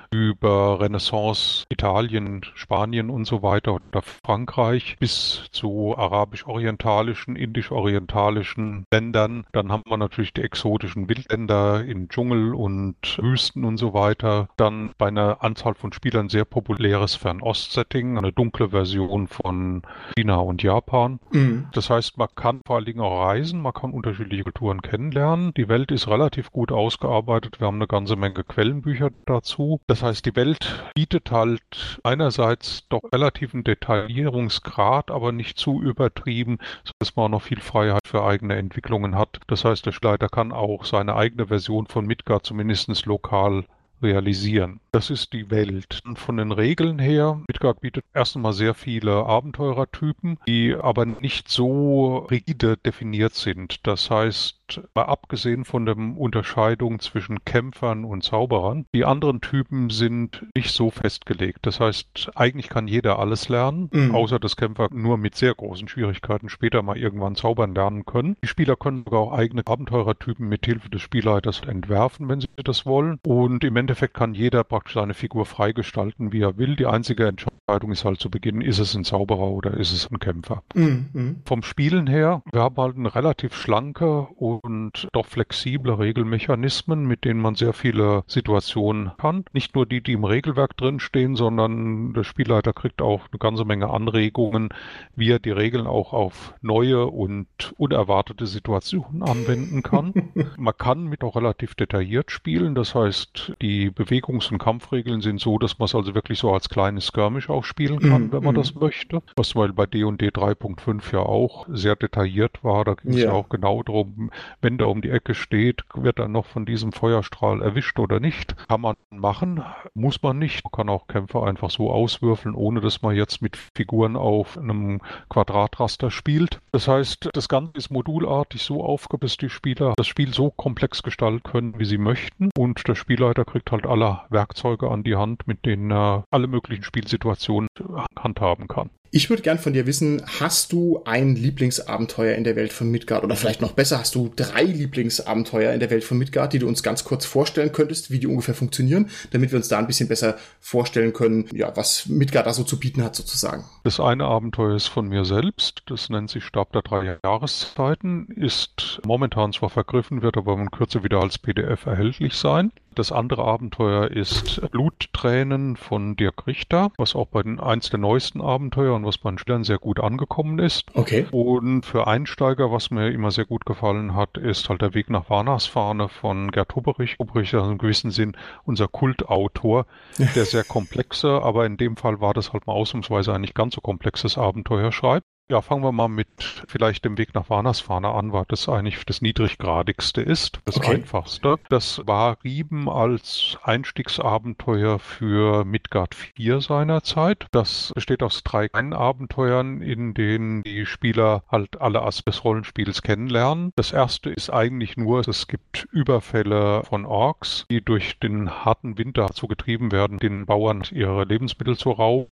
Speaker 2: über Renaissance, Italien, Spanien und so weiter oder Frankreich bis zu arabisch-orientalischen, indisch-orientalischen Ländern. Dann haben wir natürlich die exotischen Wildländer in Dschungel und Wüsten und so weiter. Dann bei einer Anzahl von Spielern sehr populäres Fernost-Setting, eine dunkle Version von China und Japan.
Speaker 1: Mhm.
Speaker 2: Das heißt, man kann vor allen Dingen auch reisen, man kann unterschiedliche Kulturen kennenlernen. Die Welt ist relativ gut ausgearbeitet. Wir haben eine ganze Menge Quellenbücher dazu. Das heißt, die Welt bietet halt einerseits doch relativen Detaillierungsgrad, aber nicht zu übertrieben, sodass man auch noch viel Freiheit für eigene Entwicklungen hat. Das heißt, der Spielleiter kann auch seine eigene Version von Midgard zumindest lokal realisieren. Das ist die Welt. Und von den Regeln her, Midgard bietet erst einmal sehr viele Abenteurertypen, die aber nicht so rigide definiert sind. Das heißt, mal abgesehen von der Unterscheidung zwischen Kämpfern und Zauberern, die anderen Typen sind nicht so festgelegt. Das heißt, eigentlich kann jeder alles lernen, außer dass Kämpfer nur mit sehr großen Schwierigkeiten später mal irgendwann zaubern lernen können. Die Spieler können sogar auch eigene Abenteurertypen mit Hilfe des Spielleiters entwerfen, wenn sie das wollen. Und im Endeffekt kann jeder praktisch seine Figur freigestalten, wie er will. Die einzige Entscheidung ist halt zu Beginn, ist es ein Zauberer oder ist es ein Kämpfer. Vom Spielen her, wir haben halt eine relativ schlanke und doch flexible Regelmechanismen, mit denen man sehr viele Situationen kann. Nicht nur die, die im Regelwerk drinstehen, sondern der Spielleiter kriegt auch eine ganze Menge Anregungen, wie er die Regeln auch auf neue und unerwartete Situationen anwenden kann. Man kann mit auch relativ detailliert spielen, das heißt, die Bewegungs- und Kampfregeln sind so, dass man es also wirklich so als kleines Skirmish auch spielen kann, wenn man das möchte. Was zum Beispiel bei D&D 3.5 ja auch sehr detailliert war. Da ging es ja auch genau darum, wenn der um die Ecke steht, wird er noch von diesem Feuerstrahl erwischt oder nicht. Kann man machen, muss man nicht. Man kann auch Kämpfer einfach so auswürfeln, ohne dass man jetzt mit Figuren auf einem Quadratraster spielt. Das heißt, das Ganze ist modulartig so aufgebaut, dass die Spieler das Spiel so komplex gestalten können, wie sie möchten. Und der Spielleiter kriegt halt alle Werkzeuge an die Hand, mit denen er alle möglichen Spielsituationen handhaben kann.
Speaker 1: Ich würde gern von dir wissen, hast du ein Lieblingsabenteuer in der Welt von Midgard? Oder vielleicht noch besser, hast du 3 Lieblingsabenteuer in der Welt von Midgard, die du uns ganz kurz vorstellen könntest, wie die ungefähr funktionieren, damit wir uns da ein bisschen besser vorstellen können, ja, was Midgard da so zu bieten hat, sozusagen.
Speaker 2: Das eine Abenteuer ist von mir selbst, das nennt sich Stab der 3 Jahreszeiten, ist momentan zwar vergriffen, wird aber in Kürze wieder als PDF erhältlich sein. Das andere Abenteuer ist Bluttränen von Dirk Richter, was auch bei eins der neuesten Abenteuer und was bei den Spielern sehr gut angekommen ist.
Speaker 1: Okay.
Speaker 2: Und für Einsteiger, was mir immer sehr gut gefallen hat, ist halt der Weg nach Varnasfane von Gerd Hubberich. Hubberich ist also im gewissen Sinn unser Kultautor, der sehr komplexe, aber in dem Fall war das halt mal ausnahmsweise ein nicht ganz so komplexes Abenteuer schreibt. Ja, fangen wir mal mit vielleicht dem Weg nach Varnasfane an, weil das eigentlich das niedriggradigste ist, das einfachste. Das war Rieben als Einstiegsabenteuer für Midgard 4 seinerzeit. Das besteht aus 3 kleinen Abenteuern, in denen die Spieler halt alle Aspekte des Rollenspiels kennenlernen. Das erste ist eigentlich nur, es gibt Überfälle von Orks, die durch den harten Winter dazu getrieben werden, den Bauern ihre Lebensmittel zu rauben.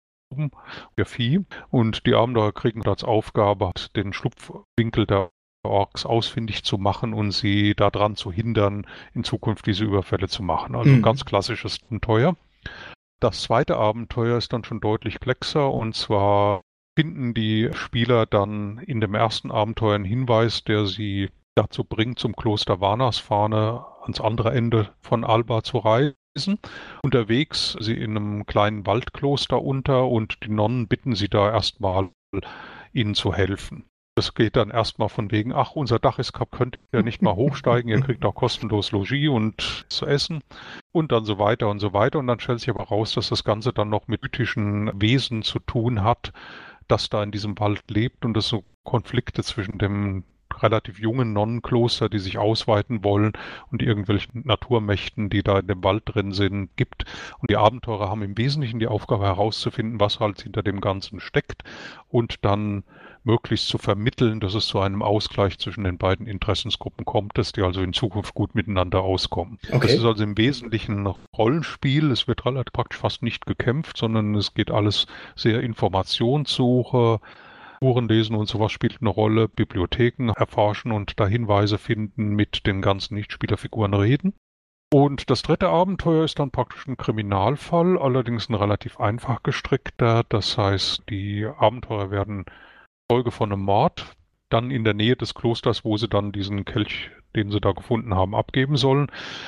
Speaker 2: Ihr Vieh und die Abenteurer kriegen als Aufgabe, den Schlupfwinkel der Orks ausfindig zu machen und sie daran zu hindern, in Zukunft diese Überfälle zu machen. Also ein ganz klassisches Abenteuer. Das zweite Abenteuer ist dann schon deutlich komplexer und zwar finden die Spieler dann in dem ersten Abenteuer einen Hinweis, der sie dazu bringt, zum Kloster Varnasfane ans andere Ende von Alba zu reisen. Unterwegs sie in einem kleinen Waldkloster unter und die Nonnen bitten sie da erstmal, ihnen zu helfen. Das geht dann erstmal von wegen, ach, unser Dach ist kaputt, könnt ihr nicht mal hochsteigen, ihr kriegt auch kostenlos Logis und zu essen und dann so weiter und so weiter. Und dann stellt sich aber raus, dass das Ganze dann noch mit mythischen Wesen zu tun hat, das da in diesem Wald lebt und es so Konflikte zwischen dem relativ jungen Nonnenkloster, die sich ausweiten wollen und irgendwelchen Naturmächten, die da in dem Wald drin sind, gibt. Und die Abenteurer haben im Wesentlichen die Aufgabe herauszufinden, was halt hinter dem Ganzen steckt und dann möglichst zu vermitteln, dass es zu einem Ausgleich zwischen den beiden Interessensgruppen kommt, dass die also in Zukunft gut miteinander auskommen.
Speaker 1: Okay.
Speaker 2: Das ist also im Wesentlichen ein Rollenspiel. Es wird relativ praktisch fast nicht gekämpft, sondern es geht alles sehr Informationssuche, Spurenlesen und sowas spielt eine Rolle, Bibliotheken erforschen und da Hinweise finden, mit den ganzen Nichtspielerfiguren reden. Und das dritte Abenteuer ist dann praktisch ein Kriminalfall, allerdings ein relativ einfach gestrickter. Das heißt, die Abenteurer werden Folge von einem Mord, dann in der Nähe des Klosters, wo sie dann diesen Kelch, den sie da gefunden haben, abgeben sollen.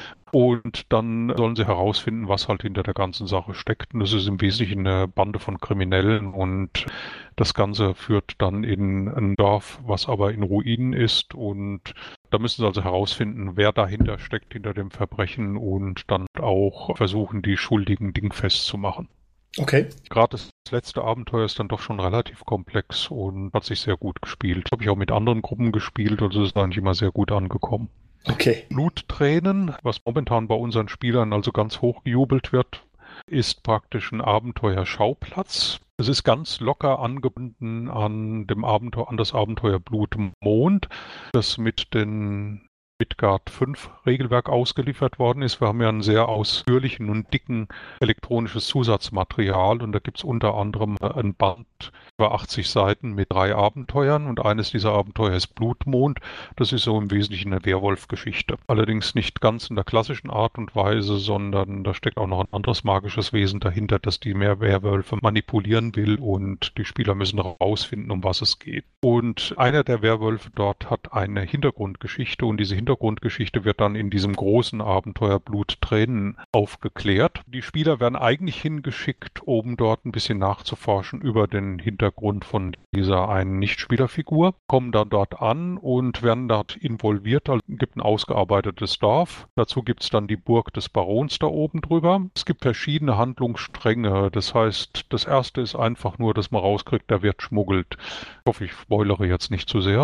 Speaker 2: Und dann sollen sie herausfinden, was halt hinter der ganzen Sache steckt. Und das ist im Wesentlichen eine Bande von Kriminellen. Und das Ganze führt dann in ein Dorf, was aber in Ruinen ist. Und da müssen sie also herausfinden, wer dahinter steckt, hinter dem Verbrechen. Und dann auch versuchen, die Schuldigen dingfest zu machen.
Speaker 1: Okay.
Speaker 2: Gerade das letzte Abenteuer ist dann doch schon relativ komplex und hat sich sehr gut gespielt. Habe ich auch mit anderen Gruppen gespielt, also ist eigentlich immer sehr gut angekommen.
Speaker 1: Okay.
Speaker 2: Bluttränen, was momentan bei unseren Spielern also ganz hoch gejubelt wird, ist praktisch ein Abenteuerschauplatz. Es ist ganz locker angebunden an das Abenteuer Blutmond, das mit den Midgard 5 Regelwerk ausgeliefert worden ist. Wir haben ja einen sehr ausführlichen und dicken elektronisches Zusatzmaterial und da gibt es unter anderem ein Band über 80 Seiten mit 3 Abenteuern und eines dieser Abenteuer ist Blutmond. Das ist so im Wesentlichen eine Werwolf-Geschichte. Allerdings nicht ganz in der klassischen Art und Weise, sondern da steckt auch noch ein anderes magisches Wesen dahinter, das die Werwölfe manipulieren will und die Spieler müssen herausfinden, um was es geht. Und einer der Werwölfe dort hat eine Hintergrundgeschichte und diese Hintergrundgeschichte wird dann in diesem großen Abenteuer Bluttränen aufgeklärt. Die Spieler werden eigentlich hingeschickt, um dort ein bisschen nachzuforschen über den Hintergrund von dieser einen Nichtspielerfigur, kommen dann dort an und werden dort involviert. Also gibt ein ausgearbeitetes Dorf. Dazu gibt es dann die Burg des Barons da oben drüber. Es gibt verschiedene Handlungsstränge. Das heißt, das erste ist einfach nur, dass man rauskriegt, da wird schmuggelt. Ich hoffe, ich spoilere jetzt nicht zu sehr.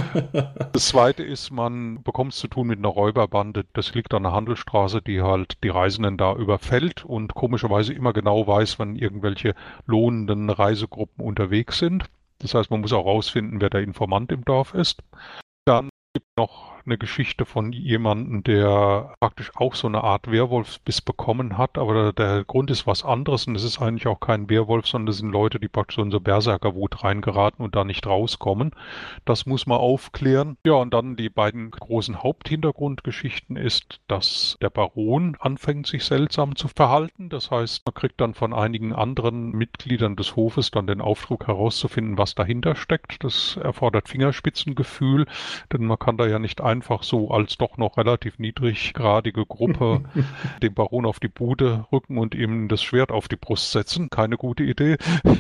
Speaker 2: Das zweite ist, man bekommt es zu tun mit einer Räuberbande. Das liegt an der Handelsstraße, die halt die Reisenden da überfällt und komischerweise immer genau weiß, wann irgendwelche lohnenden Reisegruppen unterwegs sind. Das heißt, man muss auch rausfinden, wer der Informant im Dorf ist. Dann gibt es noch eine Geschichte von jemandem, der praktisch auch so eine Art Werwolfsbiss bekommen hat, aber der Grund ist was anderes und es ist eigentlich auch kein Werwolf, sondern es sind Leute, die praktisch so in so Berserkerwut reingeraten und da nicht rauskommen. Das muss man aufklären. Ja, und dann die beiden großen Haupthintergrundgeschichten ist, dass der Baron anfängt, sich seltsam zu verhalten. Das heißt, man kriegt dann von einigen anderen Mitgliedern des Hofes dann den Auftrag herauszufinden, was dahinter steckt. Das erfordert Fingerspitzengefühl, denn man kann da ja nicht einfach so als doch noch relativ niedriggradige Gruppe dem Baron auf die Bude rücken und ihm das Schwert auf die Brust setzen. Keine gute Idee.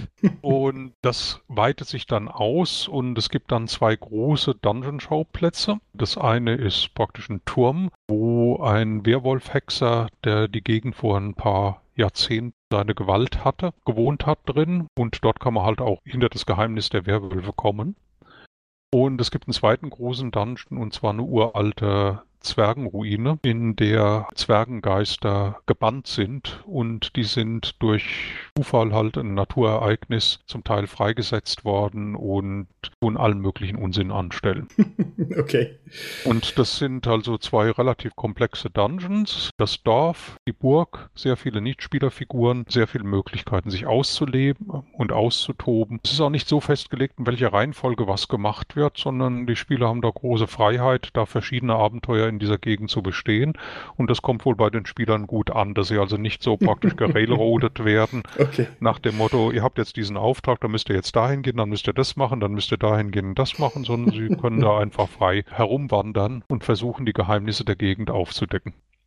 Speaker 2: Und das weitet sich dann aus und es gibt dann 2 große Dungeon-Schauplätze. Das eine ist praktisch ein Turm, wo ein Werwolf-Hexer, der die Gegend vor ein paar Jahrzehnten seine Gewalt hatte, gewohnt hat drin. Und dort kann man halt auch hinter das Geheimnis der Werwölfe kommen. Und es gibt einen zweiten großen Dungeon, und zwar eine uralte Zwergenruine, in der Zwergengeister gebannt sind und die sind durch Zufall halt ein Naturereignis zum Teil freigesetzt worden und tun allen möglichen Unsinn anstellen.
Speaker 1: Okay.
Speaker 2: Und das sind also 2 relativ komplexe Dungeons. Das Dorf, die Burg, sehr viele Nichtspielerfiguren, sehr viele Möglichkeiten, sich auszuleben und auszutoben. Es ist auch nicht so festgelegt, in welcher Reihenfolge was gemacht wird, sondern die Spieler haben da große Freiheit, da verschiedene Abenteuer in dieser Gegend zu bestehen. Und das kommt wohl bei den Spielern gut an, dass sie also nicht so praktisch gerailroadet werden.
Speaker 1: Okay.
Speaker 2: Nach dem Motto, ihr habt jetzt diesen Auftrag, dann müsst ihr jetzt dahin gehen, dann müsst ihr das machen, dann müsst ihr dahin gehen und das machen, sondern sie können da einfach frei herumwandern und versuchen, die Geheimnisse der Gegend aufzudecken.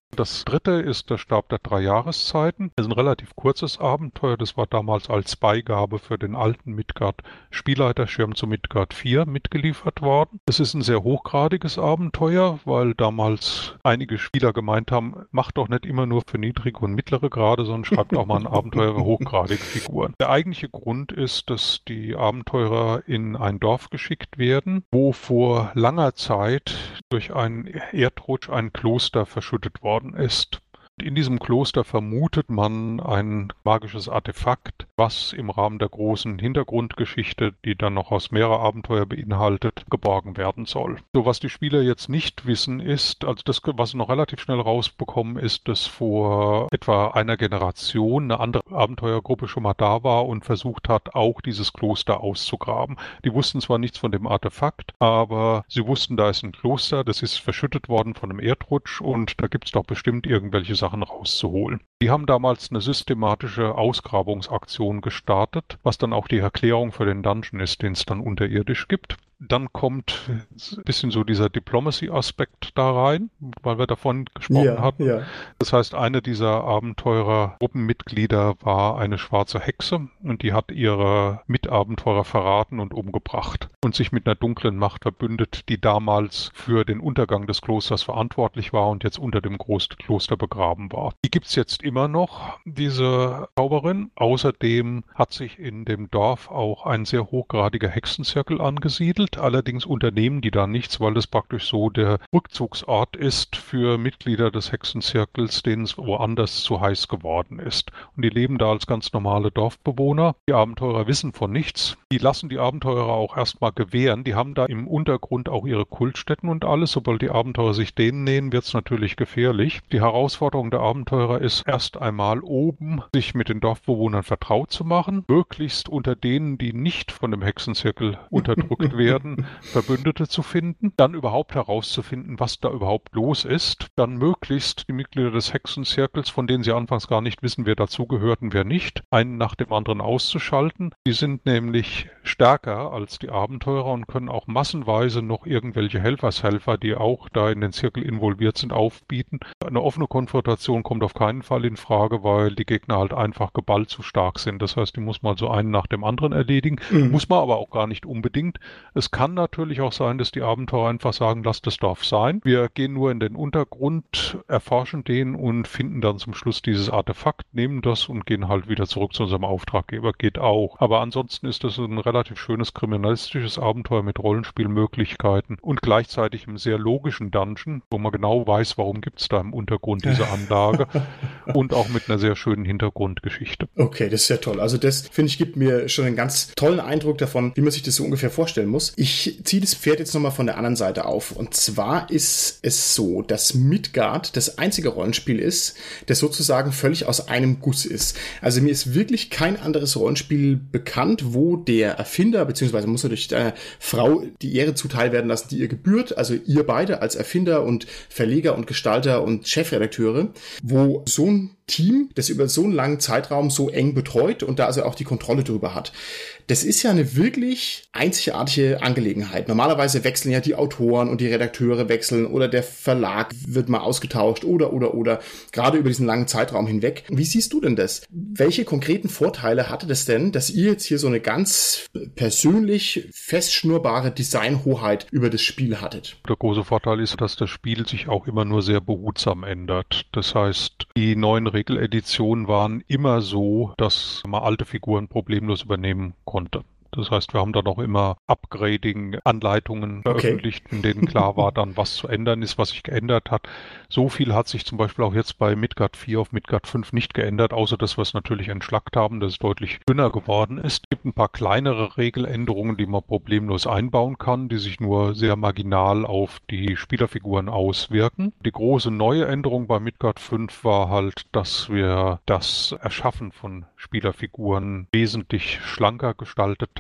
Speaker 2: Das dritte ist der Stab der 3 Jahreszeiten. Das ist ein relativ kurzes Abenteuer. Das war damals als Beigabe für den alten Midgard-Spielleiterschirm zu Midgard 4 mitgeliefert worden. Es ist ein sehr hochgradiges Abenteuer, weil damals einige Spieler gemeint haben, macht doch nicht immer nur für niedrige und mittlere Grade, sondern schreibt auch mal ein Abenteuer für hochgradige Figuren. Der eigentliche Grund ist, dass die Abenteurer in ein Dorf geschickt werden, wo vor langer Zeit durch einen Erdrutsch ein Kloster verschüttet worden ist. In diesem Kloster vermutet man ein magisches Artefakt, was im Rahmen der großen Hintergrundgeschichte, die dann noch aus mehreren Abenteuer beinhaltet, geborgen werden soll. So, was die Spieler jetzt nicht wissen ist, also das, was sie noch relativ schnell rausbekommen, ist, dass vor etwa einer Generation eine andere Abenteuergruppe schon mal da war und versucht hat, auch dieses Kloster auszugraben. Die wussten zwar nichts von dem Artefakt, aber sie wussten, da ist ein Kloster, das ist verschüttet worden von einem Erdrutsch und da gibt es doch bestimmt irgendwelche Sachen rauszuholen. Die haben damals eine systematische Ausgrabungsaktion gestartet, was dann auch die Erklärung für den Dungeon ist, den es dann unterirdisch gibt. Dann kommt ein bisschen so dieser Diplomacy-Aspekt da rein, weil wir davon gesprochen hatten. Ja. Das heißt, eine dieser Abenteurer-Gruppenmitglieder war eine schwarze Hexe und die hat ihre Mitabenteurer verraten und umgebracht und sich mit einer dunklen Macht verbündet, die damals für den Untergang des Klosters verantwortlich war und jetzt unter dem Kloster begraben war. Die gibt es jetzt immer noch, diese Zauberin. Außerdem hat sich in dem Dorf auch ein sehr hochgradiger Hexenzirkel angesiedelt. Allerdings unternehmen die da nichts, weil das praktisch so der Rückzugsort ist für Mitglieder des Hexenzirkels, denen es woanders zu heiß geworden ist. Und die leben da als ganz normale Dorfbewohner. Die Abenteurer wissen von nichts. Die lassen die Abenteurer auch erstmal gewähren. Die haben da im Untergrund auch ihre Kultstätten und alles. Sobald die Abenteurer sich denen nähern, wird es natürlich gefährlich. Die Herausforderung der Abenteurer ist erst einmal oben, sich mit den Dorfbewohnern vertraut zu machen, möglichst unter denen, die nicht von dem Hexenzirkel unterdrückt werden, Verbündete zu finden, dann überhaupt herauszufinden, was da überhaupt los ist, dann möglichst die Mitglieder des Hexenzirkels, von denen sie anfangs gar nicht wissen, wer dazugehört und wer nicht, einen nach dem anderen auszuschalten. Die sind nämlich stärker als die Abenteurer und können auch massenweise noch irgendwelche Helfershelfer, die auch da in den Zirkel involviert sind, aufbieten. Eine offene Konfrontation kommt auf keinen Fall in Frage, weil die Gegner halt einfach geballt zu stark sind. Das heißt, die muss man so einen nach dem anderen erledigen. Muss man aber auch gar nicht unbedingt. Es kann natürlich auch sein, dass die Abenteurer einfach sagen, lasst das Dorf sein. Wir gehen nur in den Untergrund, erforschen den und finden dann zum Schluss dieses Artefakt, nehmen das und gehen halt wieder zurück zu unserem Auftraggeber. Geht auch. Aber ansonsten ist das ein relativ schönes kriminalistisches Abenteuer mit Rollenspielmöglichkeiten und gleichzeitig einem sehr logischen Dungeon, wo man genau weiß, warum gibt es da im Untergrund diese Anlage und auch mit einer sehr schönen Hintergrundgeschichte.
Speaker 1: Okay, das ist ja toll. Also das, finde ich, gibt mir schon einen ganz tollen Eindruck davon, wie man sich das so ungefähr vorstellen muss. Ich ziehe das Pferd jetzt nochmal von der anderen Seite auf. Und zwar ist es so, dass Midgard das einzige Rollenspiel ist, das sozusagen völlig aus einem Guss ist. Also mir ist wirklich kein anderes Rollenspiel bekannt, wo der Erfinder, beziehungsweise muss natürlich der Frau die Ehre zuteil werden lassen, die ihr gebührt, also ihr beide als Erfinder und Verleger und Gestalter und Chefredakteure, wo so ein Team, das über so einen langen Zeitraum so eng betreut und da also auch die Kontrolle drüber hat. Das ist ja eine wirklich einzigartige Angelegenheit. Normalerweise wechseln ja die Autoren und die Redakteure wechseln oder der Verlag wird mal ausgetauscht oder. Gerade über diesen langen Zeitraum hinweg. Wie siehst du denn das? Welche konkreten Vorteile hatte das denn, dass ihr jetzt hier so eine ganz persönlich festschnurbare Designhoheit über das Spiel hattet?
Speaker 2: Der große Vorteil ist, dass das Spiel sich auch immer nur sehr behutsam ändert. Das heißt, die neuen Regeleditionen waren immer so, dass man alte Figuren problemlos übernehmen konnte. Das heißt, wir haben dann auch immer Upgrading-Anleitungen veröffentlicht, in denen klar war dann, was zu ändern ist, was sich geändert hat. So viel hat sich zum Beispiel auch jetzt bei Midgard 4 auf Midgard 5 nicht geändert, außer dass wir es natürlich entschlackt haben, dass es deutlich dünner geworden ist. Es gibt ein paar kleinere Regeländerungen, die man problemlos einbauen kann, die sich nur sehr marginal auf die Spielerfiguren auswirken. Die große neue Änderung bei Midgard 5 war halt, dass wir das Erschaffen von Spielerfiguren wesentlich schlanker gestaltet haben.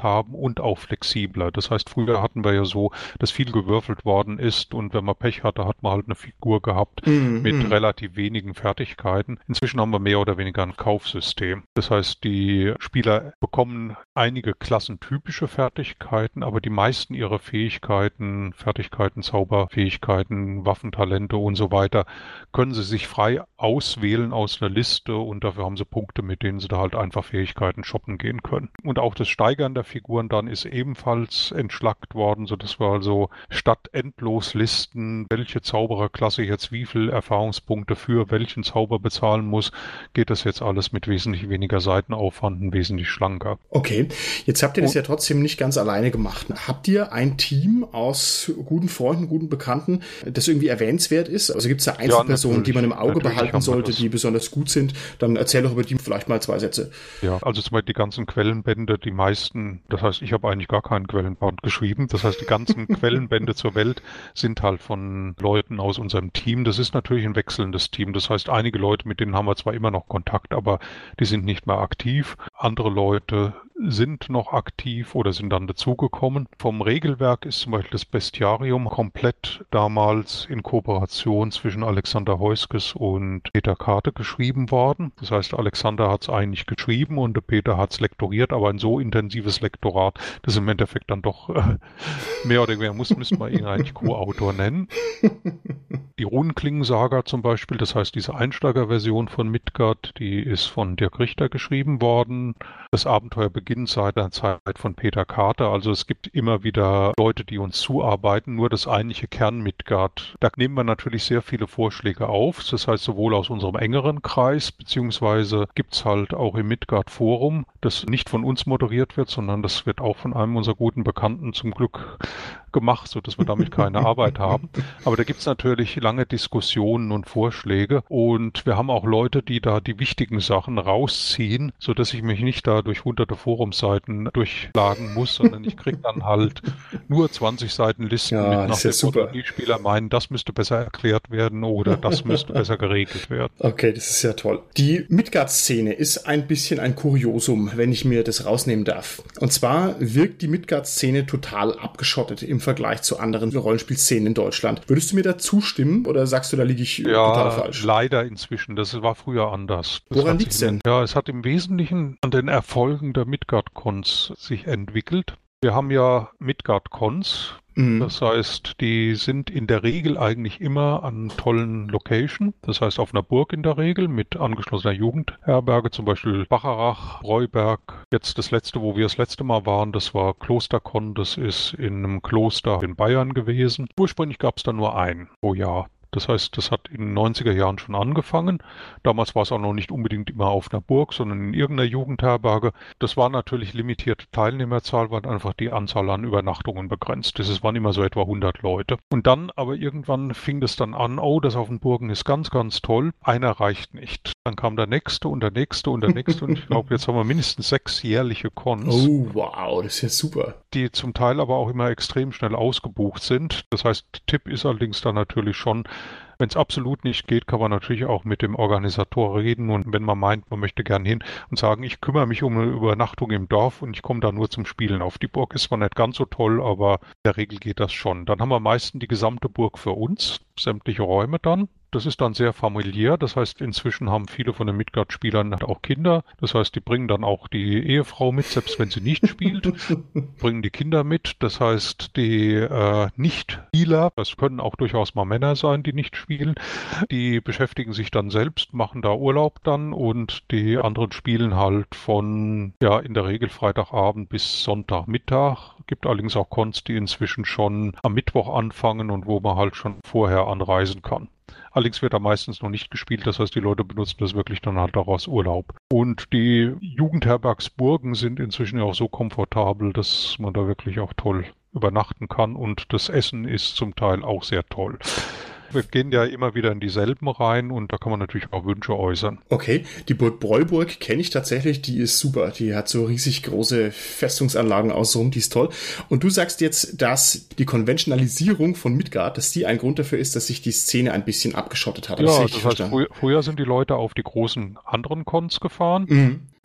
Speaker 2: haben und auch flexibler. Das heißt, früher hatten wir ja so, dass viel gewürfelt worden ist und wenn man Pech hatte, hat man halt eine Figur gehabt mit relativ wenigen Fertigkeiten. Inzwischen haben wir mehr oder weniger ein Kaufsystem. Das heißt, die Spieler bekommen einige klassentypische Fertigkeiten, aber die meisten ihrer Fähigkeiten, Zauberfähigkeiten, Waffentalente und so weiter, können sie sich frei auswählen aus einer Liste und dafür haben sie Punkte, mit denen sie da halt einfach Fähigkeiten shoppen gehen können. Und auch das Steigern der Figuren dann ist ebenfalls entschlackt worden, sodass wir also statt endlos Listen, welche Zaubererklasse jetzt wie viel Erfahrungspunkte für welchen Zauber bezahlen muss, geht das jetzt alles mit wesentlich weniger Seitenaufwand und wesentlich schlanker.
Speaker 1: Okay, jetzt habt ihr das ja trotzdem nicht ganz alleine gemacht. Habt ihr ein Team aus guten Freunden, guten Bekannten, das irgendwie erwähnenswert ist? Also gibt es da Einzelpersonen, die man im Auge behalten sollte, die besonders gut sind? Dann erzähl doch über die vielleicht mal 2 Sätze.
Speaker 2: Ja, also zum Beispiel die ganzen Quellenbände, die meisten, das heißt, ich habe eigentlich gar keinen Quellenband geschrieben. Das heißt, die ganzen Quellenbände zur Welt sind halt von Leuten aus unserem Team. Das ist natürlich ein wechselndes Team. Das heißt, einige Leute, mit denen haben wir zwar immer noch Kontakt, aber die sind nicht mehr aktiv. Andere Leute sind noch aktiv oder sind dann dazugekommen. Vom Regelwerk ist zum Beispiel das Bestiarium komplett damals in Kooperation zwischen Alexander Heuskes und Peter Karte geschrieben worden. Das heißt, Alexander hat es eigentlich geschrieben und der Peter hat es lektoriert, aber ein so intensives Lektorat, das im Endeffekt dann doch mehr oder weniger müsste man ihn eigentlich Co-Autor nennen. Die Runenklingensaga zum Beispiel, das heißt diese Einsteigerversion von Midgard, die ist von Dirk Richter geschrieben worden. Das Abenteuer beginnt seit der Zeit von Peter Karte, also es gibt immer wieder Leute, die uns zuarbeiten, nur das eigentliche Kern Midgard. Da nehmen wir natürlich sehr viele Vorschläge auf, das heißt sowohl aus unserem engeren Kreis, beziehungsweise gibt es halt auch im Midgard Forum, das nicht von uns moderiert wird, sondern das wird auch von einem unserer guten Bekannten zum Glück gemacht, sodass wir damit keine Arbeit haben. Aber da gibt es natürlich lange Diskussionen und Vorschläge und wir haben auch Leute, die da die wichtigen Sachen rausziehen, sodass ich mich nicht da durch hunderte Forumseiten durchschlagen muss, sondern ich kriege dann halt nur 20 Seiten Listen mit nach dem Motto, die Spieler meinen, das müsste besser erklärt werden oder das müsste besser geregelt werden.
Speaker 1: Okay, das ist ja toll. Die Midgard-Szene ist ein bisschen ein Kuriosum, wenn ich mir das rausnehmen darf. Und zwar wirkt die Midgard-Szene total abgeschottet im Vergleich zu anderen Rollenspielszenen in Deutschland. Würdest du mir da zustimmen oder sagst du, da liege ich total falsch?
Speaker 2: Ja, leider inzwischen. Das war früher anders.
Speaker 1: Woran liegt's denn?
Speaker 2: Ja, es hat im Wesentlichen an den Erfolgen der Midgard-Cons sich entwickelt. Wir haben ja Midgard-Cons. Das heißt, die sind in der Regel eigentlich immer an tollen Location. Das heißt, auf einer Burg in der Regel mit angeschlossener Jugendherberge, zum Beispiel Bacharach, Breuberg. Jetzt das letzte, wo wir das letzte Mal waren, das war Klostercon. Das ist in einem Kloster in Bayern gewesen. Ursprünglich gab es da nur einen pro Jahr. Das heißt, das hat in den 90er Jahren schon angefangen. Damals war es auch noch nicht unbedingt immer auf einer Burg, sondern in irgendeiner Jugendherberge. Das war natürlich limitierte Teilnehmerzahl, weil einfach die Anzahl an Übernachtungen begrenzt ist. Es waren immer so etwa 100 Leute. Und dann aber irgendwann fing das dann an, oh, das auf den Burgen ist ganz, ganz toll. Einer reicht nicht. Dann kam der nächste und der nächste und der nächste und ich glaube, jetzt haben wir mindestens 6 jährliche Cons.
Speaker 1: Oh, wow, das ist ja super.
Speaker 2: Die zum Teil aber auch immer extrem schnell ausgebucht sind. Das heißt, Tipp ist allerdings dann natürlich schon, wenn es absolut nicht geht, kann man natürlich auch mit dem Organisator reden und wenn man meint, man möchte gern hin und sagen, ich kümmere mich um eine Übernachtung im Dorf und ich komme da nur zum Spielen auf. Die Burg ist zwar nicht ganz so toll, aber in der Regel geht das schon. Dann haben wir meistens die gesamte Burg für uns, sämtliche Räume dann. Das ist dann sehr familiär, das heißt, inzwischen haben viele von den Midgard-Spielern auch Kinder, das heißt, die bringen dann auch die Ehefrau mit, selbst wenn sie nicht spielt, bringen die Kinder mit, das heißt, die Nicht-Spieler, das können auch durchaus mal Männer sein, die nicht spielen, die beschäftigen sich dann selbst, machen da Urlaub dann und die anderen spielen halt von, ja, in der Regel Freitagabend bis Sonntagmittag. Gibt allerdings auch Cons, die inzwischen schon am Mittwoch anfangen und wo man halt schon vorher anreisen kann. Allerdings wird da meistens noch nicht gespielt, das heißt, die Leute benutzen das wirklich dann halt auch aus Urlaub. Und die Jugendherbergsburgen sind inzwischen ja auch so komfortabel, dass man da wirklich auch toll übernachten kann und das Essen ist zum Teil auch sehr toll. Wir gehen ja immer wieder in dieselben rein und da kann man natürlich auch Wünsche äußern.
Speaker 1: Okay, die Burg Breuburg kenne ich tatsächlich, die ist super. Die hat so riesig große Festungsanlagen außenrum, die ist toll. Und du sagst jetzt, dass die Konventionalisierung von Midgard, dass die ein Grund dafür ist, dass sich die Szene ein bisschen abgeschottet hat.
Speaker 2: Ja, das heißt, früher sind die Leute auf die großen anderen Cons gefahren.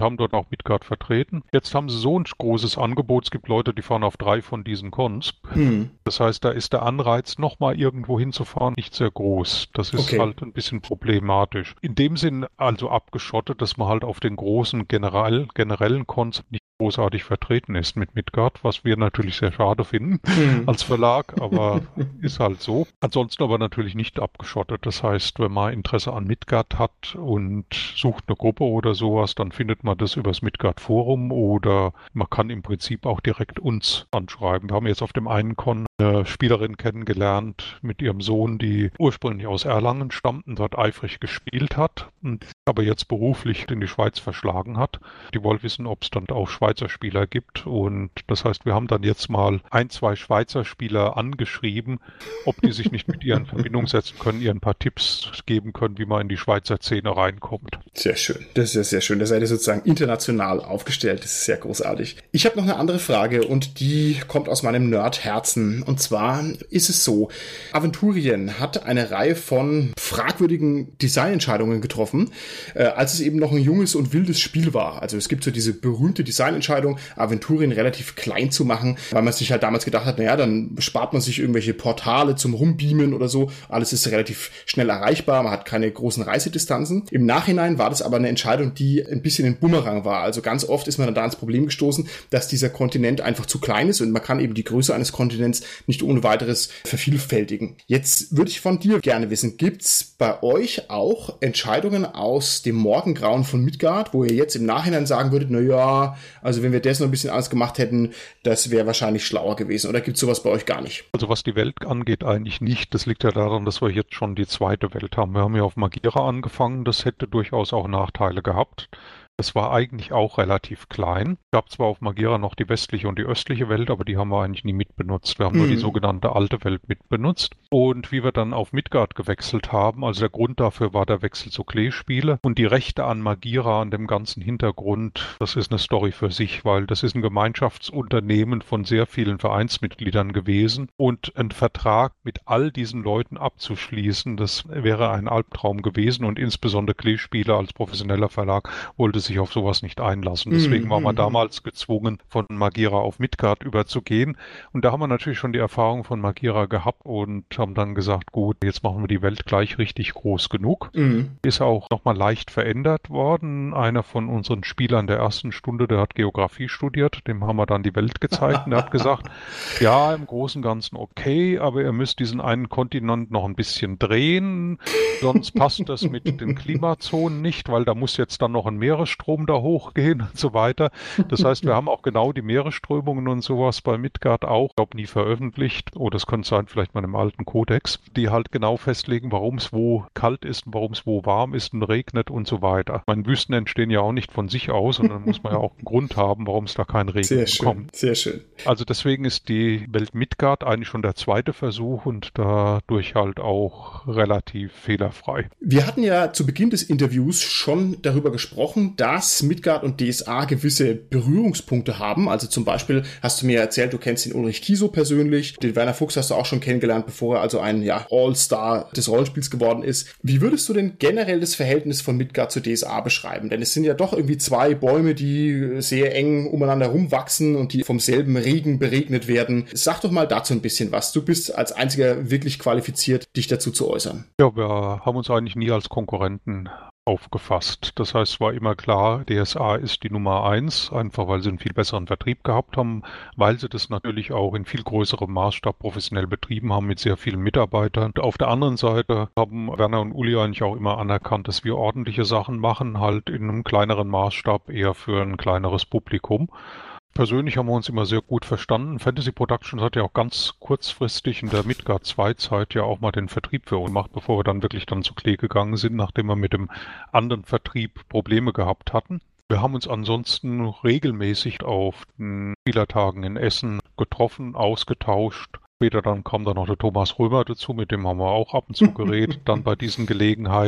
Speaker 2: haben dort auch Midgard vertreten. Jetzt haben sie so ein großes Angebot. Es gibt Leute, die fahren auf 3 von diesen Cons. Das heißt, da ist der Anreiz, nochmal irgendwo hinzufahren, nicht sehr groß. Das ist halt ein bisschen problematisch. In dem Sinn also abgeschottet, dass man halt auf den großen generellen Cons nicht großartig vertreten ist mit Midgard, was wir natürlich sehr schade finden als Verlag, aber ist halt so. Ansonsten aber natürlich nicht abgeschottet. Das heißt, wenn man Interesse an Midgard hat und sucht eine Gruppe oder sowas, dann findet man das übers Midgard-Forum oder man kann im Prinzip auch direkt uns anschreiben. Wir haben jetzt auf dem einen Con eine Spielerin kennengelernt mit ihrem Sohn, die ursprünglich aus Erlangen stammt und dort eifrig gespielt hat und aber jetzt beruflich in die Schweiz verschlagen hat. Die wollte wissen, ob es dann auch Schweizer Spieler gibt und das heißt, wir haben dann jetzt mal 1, 2 Schweizer Spieler angeschrieben, ob die sich nicht mit ihr in Verbindung setzen können, ihr ein paar Tipps geben können, wie man in die Schweizer Szene reinkommt.
Speaker 1: Sehr schön. Das ist ja sehr schön. Da seid ihr sozusagen international aufgestellt. Das ist sehr großartig. Ich habe noch eine andere Frage und die kommt aus meinem Nerdherzen. Und zwar ist es so, Aventurien hat eine Reihe von fragwürdigen Designentscheidungen getroffen, als es eben noch ein junges und wildes Spiel war. Also es gibt so diese berühmte Designentscheidung, Aventurien relativ klein zu machen, weil man sich halt damals gedacht hat, naja, dann spart man sich irgendwelche Portale zum Rumbeamen oder so. Alles ist relativ schnell erreichbar, man hat keine großen Reisedistanzen. Im Nachhinein war das aber eine Entscheidung, die ein bisschen ein Bumerang war. Also ganz oft ist man dann da ins Problem gestoßen, dass dieser Kontinent einfach zu klein ist und man kann eben die Größe eines Kontinents nicht ohne weiteres vervielfältigen. Jetzt würde ich von dir gerne wissen, gibt's bei euch auch Entscheidungen aus dem Morgengrauen von Midgard, wo ihr jetzt im Nachhinein sagen würdet, na ja, also wenn wir das noch ein bisschen anders gemacht hätten, das wäre wahrscheinlich schlauer gewesen. Oder gibt's sowas bei euch gar nicht?
Speaker 2: Also was die Welt angeht, eigentlich nicht. Das liegt ja daran, dass wir jetzt schon die zweite Welt haben. Wir haben ja auf Magira angefangen. Das hätte durchaus auch Nachteile gehabt. Es war eigentlich auch relativ klein. Es gab zwar auf Magira noch die westliche und die östliche Welt, aber die haben wir eigentlich nie mitbenutzt. Wir haben nur die sogenannte alte Welt mitbenutzt. Und wie wir dann auf Midgard gewechselt haben, also der Grund dafür war der Wechsel zu Klee-Spiele und die Rechte an Magira, an dem ganzen Hintergrund, das ist eine Story für sich, weil das ist ein Gemeinschaftsunternehmen von sehr vielen Vereinsmitgliedern gewesen und ein Vertrag mit all diesen Leuten abzuschließen, das wäre ein Albtraum gewesen und insbesondere Klee-Spiele als professioneller Verlag wollte sich auf sowas nicht einlassen. Deswegen war man damals gezwungen, von Magira auf Midgard überzugehen. Und da haben wir natürlich schon die Erfahrung von Magira gehabt und haben dann gesagt, gut, jetzt machen wir die Welt gleich richtig groß genug. Ist auch nochmal leicht verändert worden. Einer von unseren Spielern der ersten Stunde, der hat Geografie studiert, dem haben wir dann die Welt gezeigt und er hat gesagt, ja, im Großen und Ganzen okay, aber ihr müsst diesen einen Kontinent noch ein bisschen drehen, sonst passt das mit den Klimazonen nicht, weil da muss jetzt dann noch ein Meeresstrom da hochgehen und so weiter. Das heißt, wir haben auch genau die Meeresströmungen und sowas bei Midgard auch, ich glaube, nie veröffentlicht. Oder es könnte sein, vielleicht mal im alten Kodex, die halt genau festlegen, warum es wo kalt ist und warum es wo warm ist und regnet und so weiter. Meine Wüsten entstehen ja auch nicht von sich aus, sondern muss man ja auch einen Grund haben, warum es da keinen Regen bekommt.
Speaker 1: Sehr schön.
Speaker 2: Also deswegen ist die Welt Midgard eigentlich schon der zweite Versuch und dadurch halt auch relativ fehlerfrei.
Speaker 1: Wir hatten ja zu Beginn des Interviews schon darüber gesprochen, dass Midgard und DSA gewisse Berührungspunkte haben. Also zum Beispiel hast du mir erzählt, du kennst den Ulrich Kiesow persönlich. Den Werner Fuchs hast du auch schon kennengelernt, bevor er also ein All-Star des Rollenspiels geworden ist. Wie würdest du denn generell das Verhältnis von Midgard zu DSA beschreiben? Denn es sind ja doch irgendwie zwei Bäume, die sehr eng umeinander rumwachsen und die vom selben Regen beregnet werden. Sag doch mal dazu ein bisschen was. Du bist als einziger wirklich qualifiziert, dich dazu zu äußern.
Speaker 2: Ja, wir haben uns eigentlich nie als Konkurrenten aufgefasst. Das heißt, es war immer klar, DSA ist die Nummer 1, einfach weil sie einen viel besseren Vertrieb gehabt haben, weil sie das natürlich auch in viel größerem Maßstab professionell betrieben haben mit sehr vielen Mitarbeitern. Und auf der anderen Seite haben Werner und Uli eigentlich auch immer anerkannt, dass wir ordentliche Sachen machen, halt in einem kleineren Maßstab, eher für ein kleineres Publikum. Persönlich haben wir uns immer sehr gut verstanden. Fantasy Productions hat ja auch ganz kurzfristig in der Midgard 2 Zeit ja auch mal den Vertrieb für uns gemacht, bevor wir dann wirklich zu Klee gegangen sind, nachdem wir mit dem anderen Vertrieb Probleme gehabt hatten. Wir haben uns ansonsten regelmäßig auf den Spielertagen in Essen getroffen, ausgetauscht. Später dann kam dann noch der Thomas Römer dazu, mit dem haben wir auch ab und zu geredet, dann bei diesen Gelegenheiten.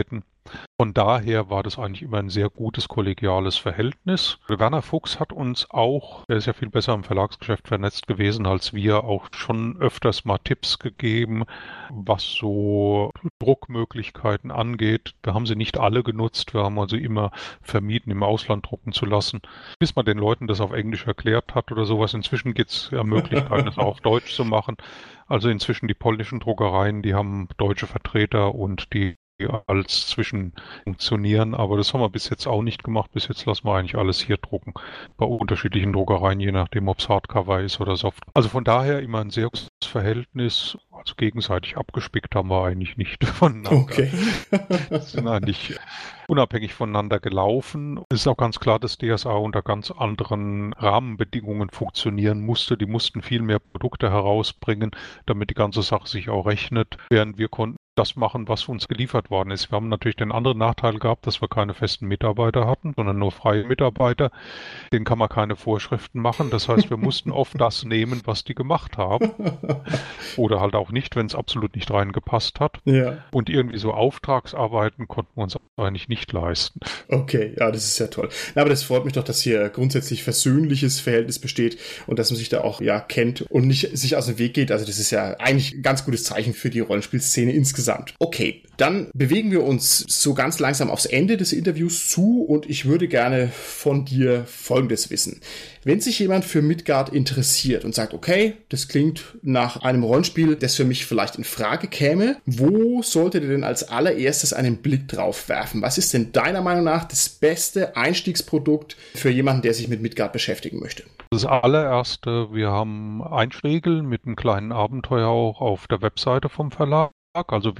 Speaker 2: Von daher war das eigentlich immer ein sehr gutes kollegiales Verhältnis. Werner Fuchs hat uns auch, er ist ja viel besser im Verlagsgeschäft vernetzt gewesen als wir, auch schon öfters mal Tipps gegeben, was so Druckmöglichkeiten angeht. Wir haben sie nicht alle genutzt, wir haben also immer vermieden, im Ausland drucken zu lassen, bis man den Leuten das auf Englisch erklärt hat oder sowas. Inzwischen gibt es ja Möglichkeiten, das auch auf Deutsch zu machen. Also inzwischen die polnischen Druckereien, die haben deutsche Vertreter und die als zwischen funktionieren, aber das haben wir bis jetzt auch nicht gemacht. Bis jetzt lassen wir eigentlich alles hier drucken, bei unterschiedlichen Druckereien, je nachdem, ob es Hardcover ist oder Soft. Also von daher immer ein sehr gutes Verhältnis, also gegenseitig abgespickt haben wir eigentlich nicht voneinander.
Speaker 1: Okay.
Speaker 2: Sind eigentlich unabhängig voneinander gelaufen. Es ist auch ganz klar, dass DSA unter ganz anderen Rahmenbedingungen funktionieren musste. Die mussten viel mehr Produkte herausbringen, damit die ganze Sache sich auch rechnet, während wir konnten das machen, was uns geliefert worden ist. Wir haben natürlich den anderen Nachteil gehabt, dass wir keine festen Mitarbeiter hatten, sondern nur freie Mitarbeiter. Denen kann man keine Vorschriften machen. Das heißt, wir mussten oft das nehmen, was die gemacht haben. Oder halt auch nicht, wenn es absolut nicht reingepasst hat.
Speaker 1: Ja.
Speaker 2: Und irgendwie so Auftragsarbeiten konnten wir uns eigentlich nicht leisten.
Speaker 1: Okay, ja, das ist ja toll. Na, aber das freut mich doch, dass hier grundsätzlich versöhnliches Verhältnis besteht und dass man sich da auch kennt und nicht sich aus dem Weg geht. Also das ist ja eigentlich ein ganz gutes Zeichen für die Rollenspielszene insgesamt. Okay, dann bewegen wir uns so ganz langsam aufs Ende des Interviews zu und ich würde gerne von dir Folgendes wissen. Wenn sich jemand für Midgard interessiert und sagt, okay, das klingt nach einem Rollenspiel, das für mich vielleicht in Frage käme, wo sollte der denn als allererstes einen Blick drauf werfen? Was ist denn deiner Meinung nach das beste Einstiegsprodukt für jemanden, der sich mit Midgard beschäftigen möchte?
Speaker 2: Das allererste, wir haben Einstiegsregeln mit einem kleinen Abenteuer auch auf der Webseite vom Verlag, also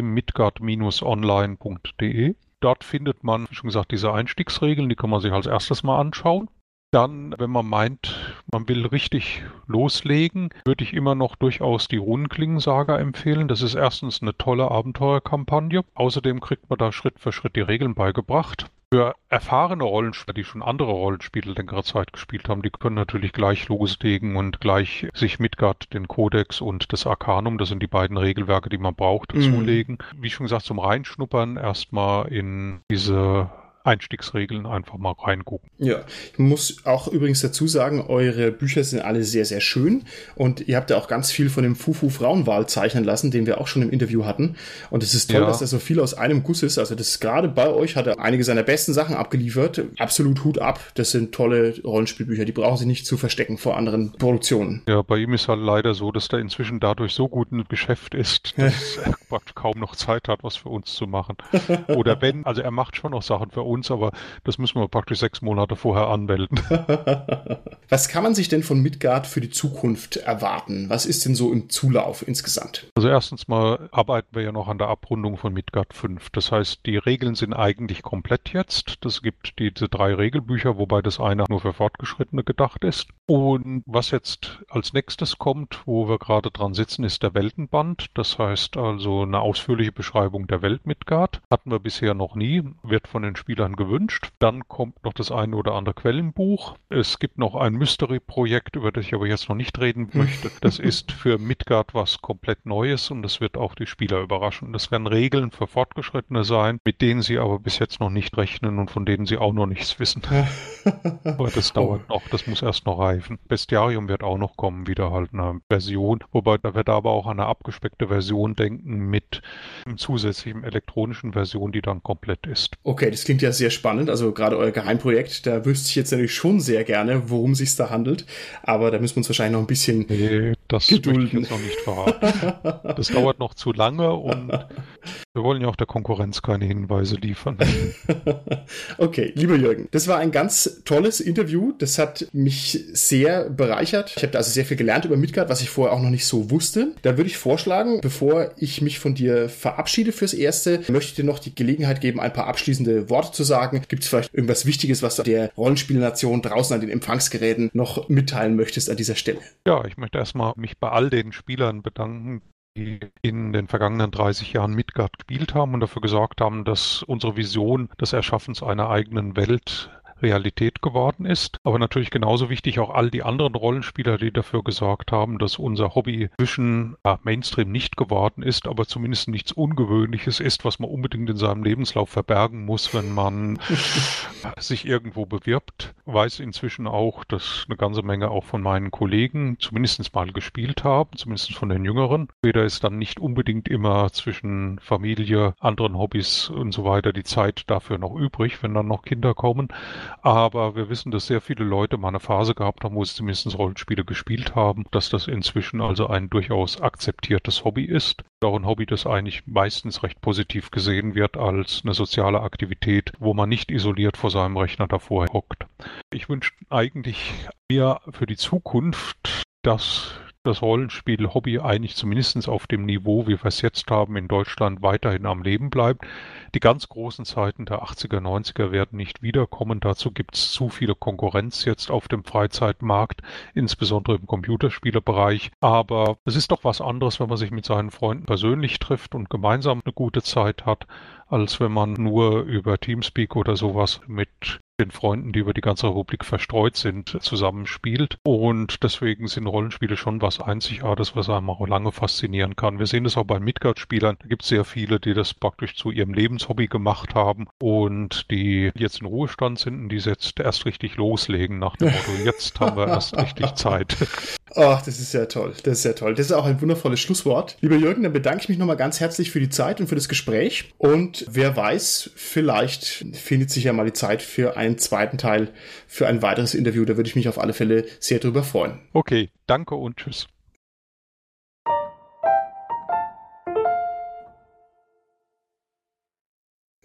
Speaker 2: www.midgard-online.de. Dort findet man, wie schon gesagt, diese Einstiegsregeln, die kann man sich als erstes mal anschauen. Dann, wenn man meint, man will richtig loslegen, würde ich immer noch durchaus die Runenklingen-Saga empfehlen. Das ist erstens eine tolle Abenteuerkampagne. Außerdem kriegt man da Schritt für Schritt die Regeln beigebracht. Für erfahrene Rollenspieler, die schon andere Rollenspiele längere Zeit gespielt haben, die können natürlich gleich loslegen und gleich sich Midgard, den Kodex und das Arcanum, das sind die beiden Regelwerke, die man braucht, zulegen. Wie schon gesagt, zum Reinschnuppern erstmal in diese Einstiegsregeln einfach mal reingucken.
Speaker 1: Ja, ich muss auch übrigens dazu sagen, eure Bücher sind alle sehr, sehr schön und ihr habt ja auch ganz viel von dem Fufu Frauenwahl zeichnen lassen, den wir auch schon im Interview hatten und es ist toll, dass da so viel aus einem Guss ist, also das gerade bei euch hat er einige seiner besten Sachen abgeliefert, absolut Hut ab, das sind tolle Rollenspielbücher, die brauchen sie nicht zu verstecken vor anderen Produktionen.
Speaker 2: Ja, bei ihm ist halt leider so, dass er inzwischen dadurch so gut ein Geschäft ist, dass er kaum noch Zeit hat, was für uns zu machen. Oder wenn, also er macht schon noch Sachen für uns, aber das müssen wir praktisch 6 Monate vorher anmelden.
Speaker 1: Was kann man sich denn von Midgard für die Zukunft erwarten? Was ist denn so im Zulauf insgesamt?
Speaker 2: Also erstens mal arbeiten wir ja noch an der Abrundung von Midgard 5. Das heißt, die Regeln sind eigentlich komplett jetzt. Das gibt diese 3 Regelbücher, wobei das eine nur für Fortgeschrittene gedacht ist. Und was jetzt als nächstes kommt, wo wir gerade dran sitzen, ist der Weltenband. Das heißt also eine ausführliche Beschreibung der Welt Midgard. Hatten wir bisher noch nie, wird von den Spielern gewünscht. Dann kommt noch das eine oder andere Quellenbuch. Es gibt noch ein Mystery-Projekt, über das ich aber jetzt noch nicht reden möchte. Das ist für Midgard was komplett Neues und das wird auch die Spieler überraschen. Das werden Regeln für Fortgeschrittene sein, mit denen sie aber bis jetzt noch nicht rechnen und von denen sie auch noch nichts wissen. Aber das dauert noch, das muss erst noch reifen. Bestiarium wird auch noch kommen, wieder halt eine Version, wobei da wird aber auch an eine abgespeckte Version denken mit einem zusätzlichen elektronischen Version, die dann komplett ist.
Speaker 1: Okay, das klingt ja sehr spannend, also gerade euer Geheimprojekt, da wüsste ich jetzt natürlich schon sehr gerne, worum es sich da handelt, aber da müssen wir uns wahrscheinlich noch ein bisschen
Speaker 2: das
Speaker 1: gedulden.
Speaker 2: Möchte ich jetzt noch nicht verraten. Das dauert noch zu lange und wir wollen ja auch der Konkurrenz keine Hinweise liefern.
Speaker 1: Okay, lieber Jürgen, das war ein ganz tolles Interview, das hat mich sehr bereichert. Ich habe da also sehr viel gelernt über Midgard, was ich vorher auch noch nicht so wusste. Da würde ich vorschlagen, bevor ich mich von dir verabschiede fürs Erste, möchte ich dir noch die Gelegenheit geben, ein paar abschließende Worte zu sagen. Gibt es vielleicht irgendwas Wichtiges, was du der Rollenspielnation draußen an den Empfangsgeräten noch mitteilen möchtest an dieser Stelle?
Speaker 2: Ja, ich möchte erstmal mich bei all den Spielern bedanken, die in den vergangenen 30 Jahren Midgard gespielt haben und dafür gesorgt haben, dass unsere Vision des Erschaffens einer eigenen Welt Realität geworden ist. Aber natürlich genauso wichtig auch all die anderen Rollenspieler, die dafür gesorgt haben, dass unser Hobby zwischen Mainstream nicht geworden ist, aber zumindest nichts Ungewöhnliches ist, was man unbedingt in seinem Lebenslauf verbergen muss, wenn man sich irgendwo bewirbt. Weiß inzwischen auch, dass eine ganze Menge auch von meinen Kollegen zumindest mal gespielt haben, zumindest von den Jüngeren. Später ist dann nicht unbedingt immer zwischen Familie, anderen Hobbys und so weiter die Zeit dafür noch übrig, wenn dann noch Kinder kommen. Aber wir wissen, dass sehr viele Leute mal eine Phase gehabt haben, wo sie zumindest Rollenspiele gespielt haben, dass das inzwischen also ein durchaus akzeptiertes Hobby ist. Auch ein Hobby, das eigentlich meistens recht positiv gesehen wird als eine soziale Aktivität, wo man nicht isoliert vor seinem Rechner davor hockt. Ich wünsche eigentlich mir für die Zukunft, dass das Rollenspiel-Hobby eigentlich zumindest auf dem Niveau, wie wir es jetzt haben, in Deutschland weiterhin am Leben bleibt. Die ganz großen Zeiten der 80er, 90er werden nicht wiederkommen. Dazu gibt es zu viele Konkurrenz jetzt auf dem Freizeitmarkt, insbesondere im Computerspielebereich. Aber es ist doch was anderes, wenn man sich mit seinen Freunden persönlich trifft und gemeinsam eine gute Zeit hat, als wenn man nur über Teamspeak oder sowas mit den Freunden, die über die ganze Republik verstreut sind, zusammenspielt. Und deswegen sind Rollenspiele schon was Einzigartiges, was einem auch lange faszinieren kann. Wir sehen das auch bei Midgard-Spielern. Da gibt es sehr viele, die das praktisch zu ihrem Lebenshobby gemacht haben und die jetzt in Ruhestand sind und die jetzt erst richtig loslegen nach dem Motto, jetzt haben wir erst richtig Zeit.
Speaker 1: Ach, das ist ja toll. Das ist ja toll. Das ist auch ein wundervolles Schlusswort. Lieber Jürgen, dann bedanke ich mich nochmal ganz herzlich für die Zeit und für das Gespräch. Und wer weiß, vielleicht findet sich ja mal die Zeit für einen zweiten Teil, für ein weiteres Interview. Da würde ich mich auf alle Fälle sehr drüber freuen.
Speaker 2: Okay, danke und tschüss.